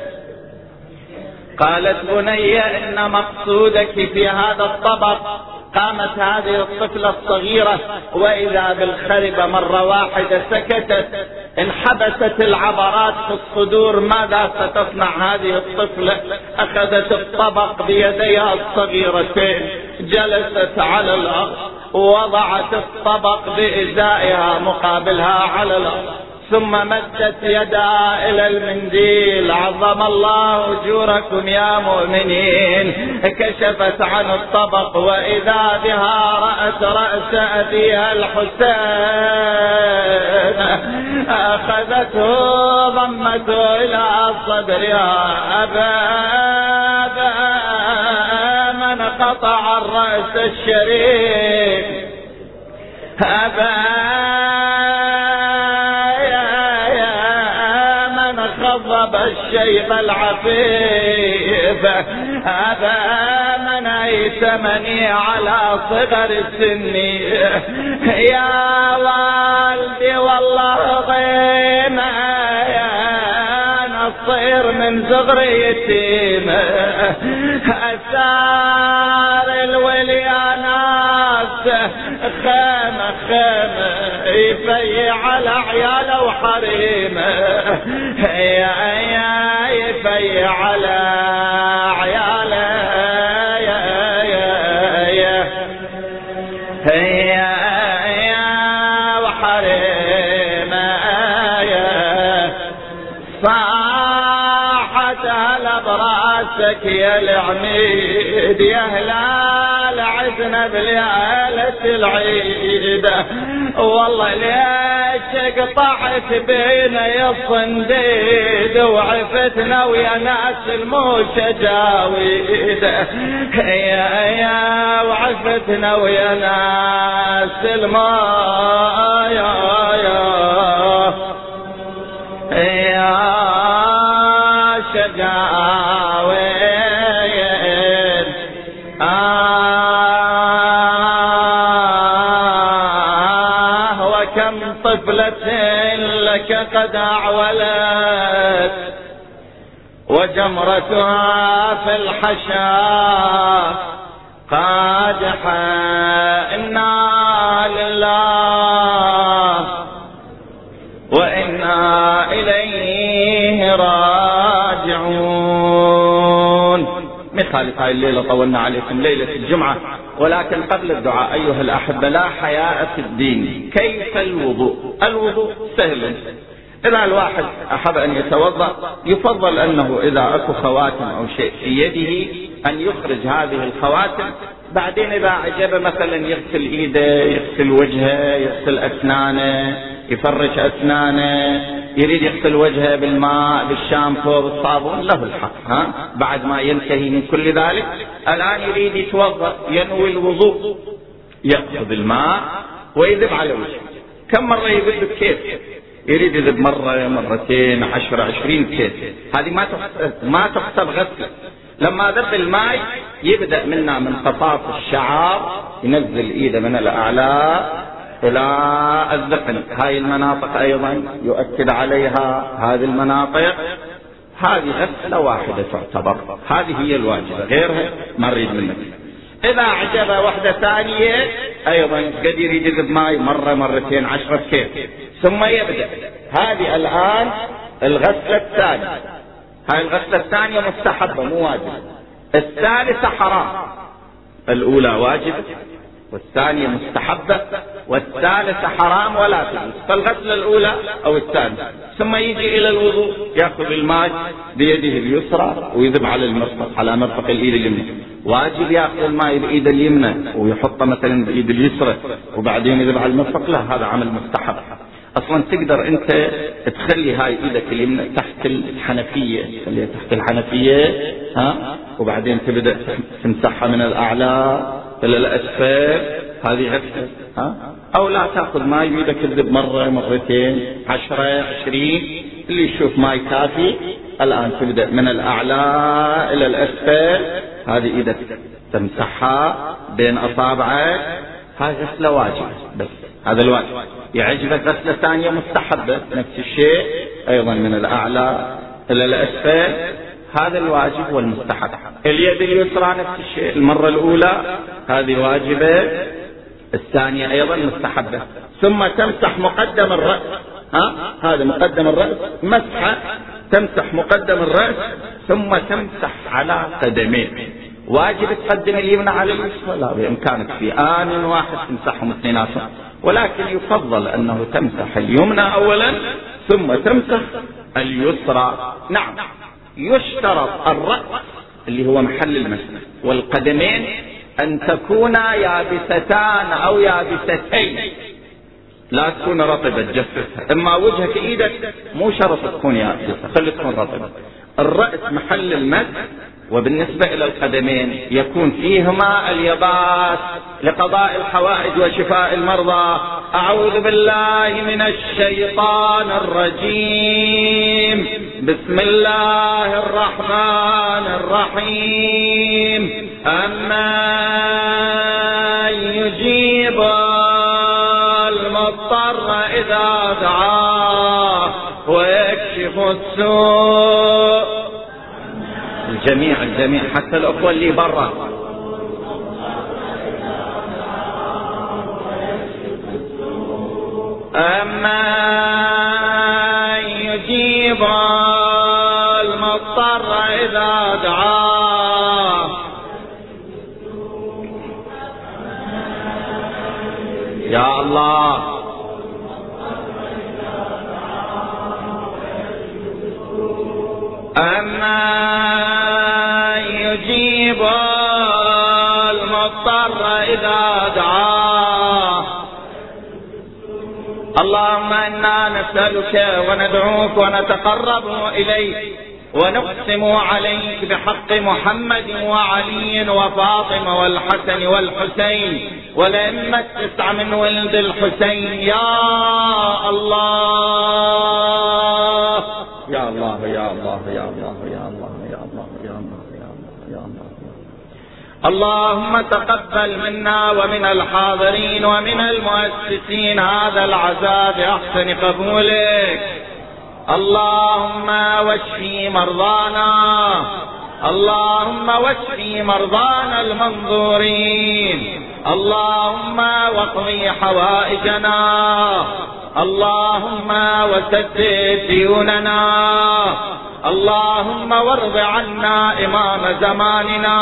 قالت بني إن مقصودك في هذا الطبق. قامت هذه الطفلة الصغيرة وإذا بالخربة مرة واحدة سكتت، انحبست العبرات في الصدور. ماذا ستصنع هذه الطفلة؟ أخذت الطبق بيديها الصغيرتين، جلست على الأرض، وضعت الطبق بإزائها مقابلها على الأرض، ثم مدت يدها إلى المنديل. عظم الله أجوركم يا مؤمنين. كشفت عن الطبق وإذا بها رأت رأس أبيها الحسين، أخذته ضمته إلى صدرها. أبا من قطع الرأس الشريف أبا من خضب الشيب العفيف أبا من أيتمني على صغر سني يا والدي والله غيمة الصير من صغري يتيم أسار الوليانات خيمة خيمة يفيع على عياله وحريمه يا يفيع على عياله يا وحريمه براسك يا العميد يا هلال عزنا بليالة العيد والله ليش قطعت بينا يا الصنديد وعفتنا ويا ناس الموشة جاويد يا وعفتنا ويا ناس الموشة شجاوين وكم طفلة لك قد أعولت وجمرتها في الحشا قادحة إنا لله وإنا إليه راجعون. مثال هاي الليلة طولنا عليكم ليلة الجمعة، ولكن قبل الدعاء أيها الأحبة لا حياء في الدين. كيف الوضوء؟ الوضوء سهل. إذا الواحد أحب أن يتوضأ يفضل أنه إذا أكو خواتم أو شيء في يده أن يخرج هذه الخواتم، بعدين إذا عجب مثلا يغسل إيده، يغسل وجهه، يغسل أسنانه، يفرش أسنانه، يريد يغسل وجهه بالماء بالشامبو بالصابون له الحق. بعد ما ينتهي من كل ذلك الآن يريد يتوضأ، ينوي الوضوء، يأخذ الماء ويذب على وجهه. كم مرة يذب كيف؟ يريد يذب مرة مرتين 10 20 كيف، هذه ما تحسب غسل. لما ذب الماء يبدأ منا من خطاف الشعر، ينزل ايده من الأعلى إلى الذقن. هاي المناطق أيضا يؤكد عليها، هذه المناطق هذه غسلة واحدة تعتبر، هذه هي الواجبة، غيرها ما نريد منك. إذا عجب واحدة ثانية أيضا قد يريد يذب ماء مرة مرتين 10 كيف، ثم يبدأ. هذه الآن الغسلة الثانية. هاي الغسلة الثانية مستحبة مو واجبة. الثالثة حرام. الأولى واجبة والثانية مستحبة والثالثة حرام ولا تجوز. فالغسلة الأولى أو الثانية، ثم يجي إلى الوضوء يأخذ الماء بيده اليسرى ويذب على المرفق، على مرفق الإيد اليمنى. واجب يأخذ الماء بإيد اليمنى ويحطه مثلا بإيد اليسرى وبعدين يذب على المرفق، لا، هذا عمل مستحب. أصلا تقدر أنت تخلي هاي إيدك اليمنى تحت الحنفية، تخليها تحت الحنفية وبعدين تبدأ تمسحها من الأعلى إلى الأسفل، هذه غسلة. أو لا تأخذ ماء بيدك تذب مرة مرتين 10 20، اللي يشوف ماء كافي. الآن تبدأ من الأعلى إلى الأسفل، هذه إيدك تمسحها بين أصابعك، هذه غسلة واجبة بس، هذا الواجب. يعجبك غسلة ثانية مستحبة نفس الشيء أيضا من الأعلى إلى الأسفل، هذا الواجب والمستحب. اليد اليسرى نفس الشيء، المرة الأولى هذه واجبة، الثانية أيضا مستحبة. ثم تمسح مقدم الرأس، هذا مقدم الرأس مسحة، تمسح مقدم الرأس ثم تمسح على قدمين. واجب تقدم اليمنى على اليسرى؟ لا، بإمكانك في آن واحد تمسحهم اثنيناتهم، ولكن يفضل أنه تمسح اليمنى أولا ثم تمسح اليسرى. نعم، يشترط الرأس اللي هو محل المسح والقدمين أن تكونا يابستان أو يابستين، لا تكون رطبة تجففها. اما وجهك ايدك مو شرط تكون يابسة، خلي تكون رطبة. الرأس محل المسح وبالنسبة إلى القدمين يكون فيهما اليباس لقضاء الحوائج وشفاء المرضى. أعوذ بالله من الشيطان الرجيم. بسم الله الرحمن الرحيم. أمن يجيب المضطر إذا دعاه ويكشف السوء. الجميع حتى الأخوة اللي برا. أما يجيب المضطر إذا دعاه. يا الله. أما يجيب المضطر إذا دعاه. اللهم إنا نسألك وندعوك ونتقرب إليك ونقسم عليك بحق محمد وعلي وفاطمة والحسن والحسين والأئمة 9 من ولد الحسين. يا الله يا الله يا الله يا الله يا الله يا الله يا الله يا الله يا الله. اللهم تقبل منا ومن الحاضرين ومن المؤسسين هذا العزاء بأحسن قبولك. اللهم واشفي مرضانا. اللهم واشفي مرضانا المنظورين. اللهم واقضي حوائجنا. اللهم وسدد ديوننا. اللهم وارض عنا إمام زماننا.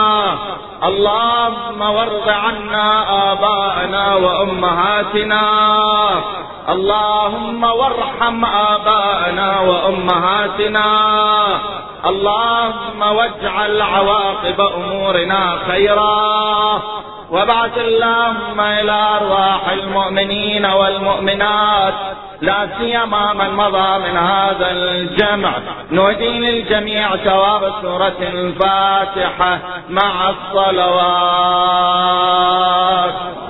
اللهم وارض عنا آباءنا وأمهاتنا. اللهم وارحم آباءنا وأمهاتنا. اللهم واجعل عواقب أمورنا خيرا. وابعث اللهم إلى أرواح المؤمنين والمؤمنات لا سيما من مضى من هذا الجمع نهدي للجميع ثواب سورة الفاتحة مع الصلوات.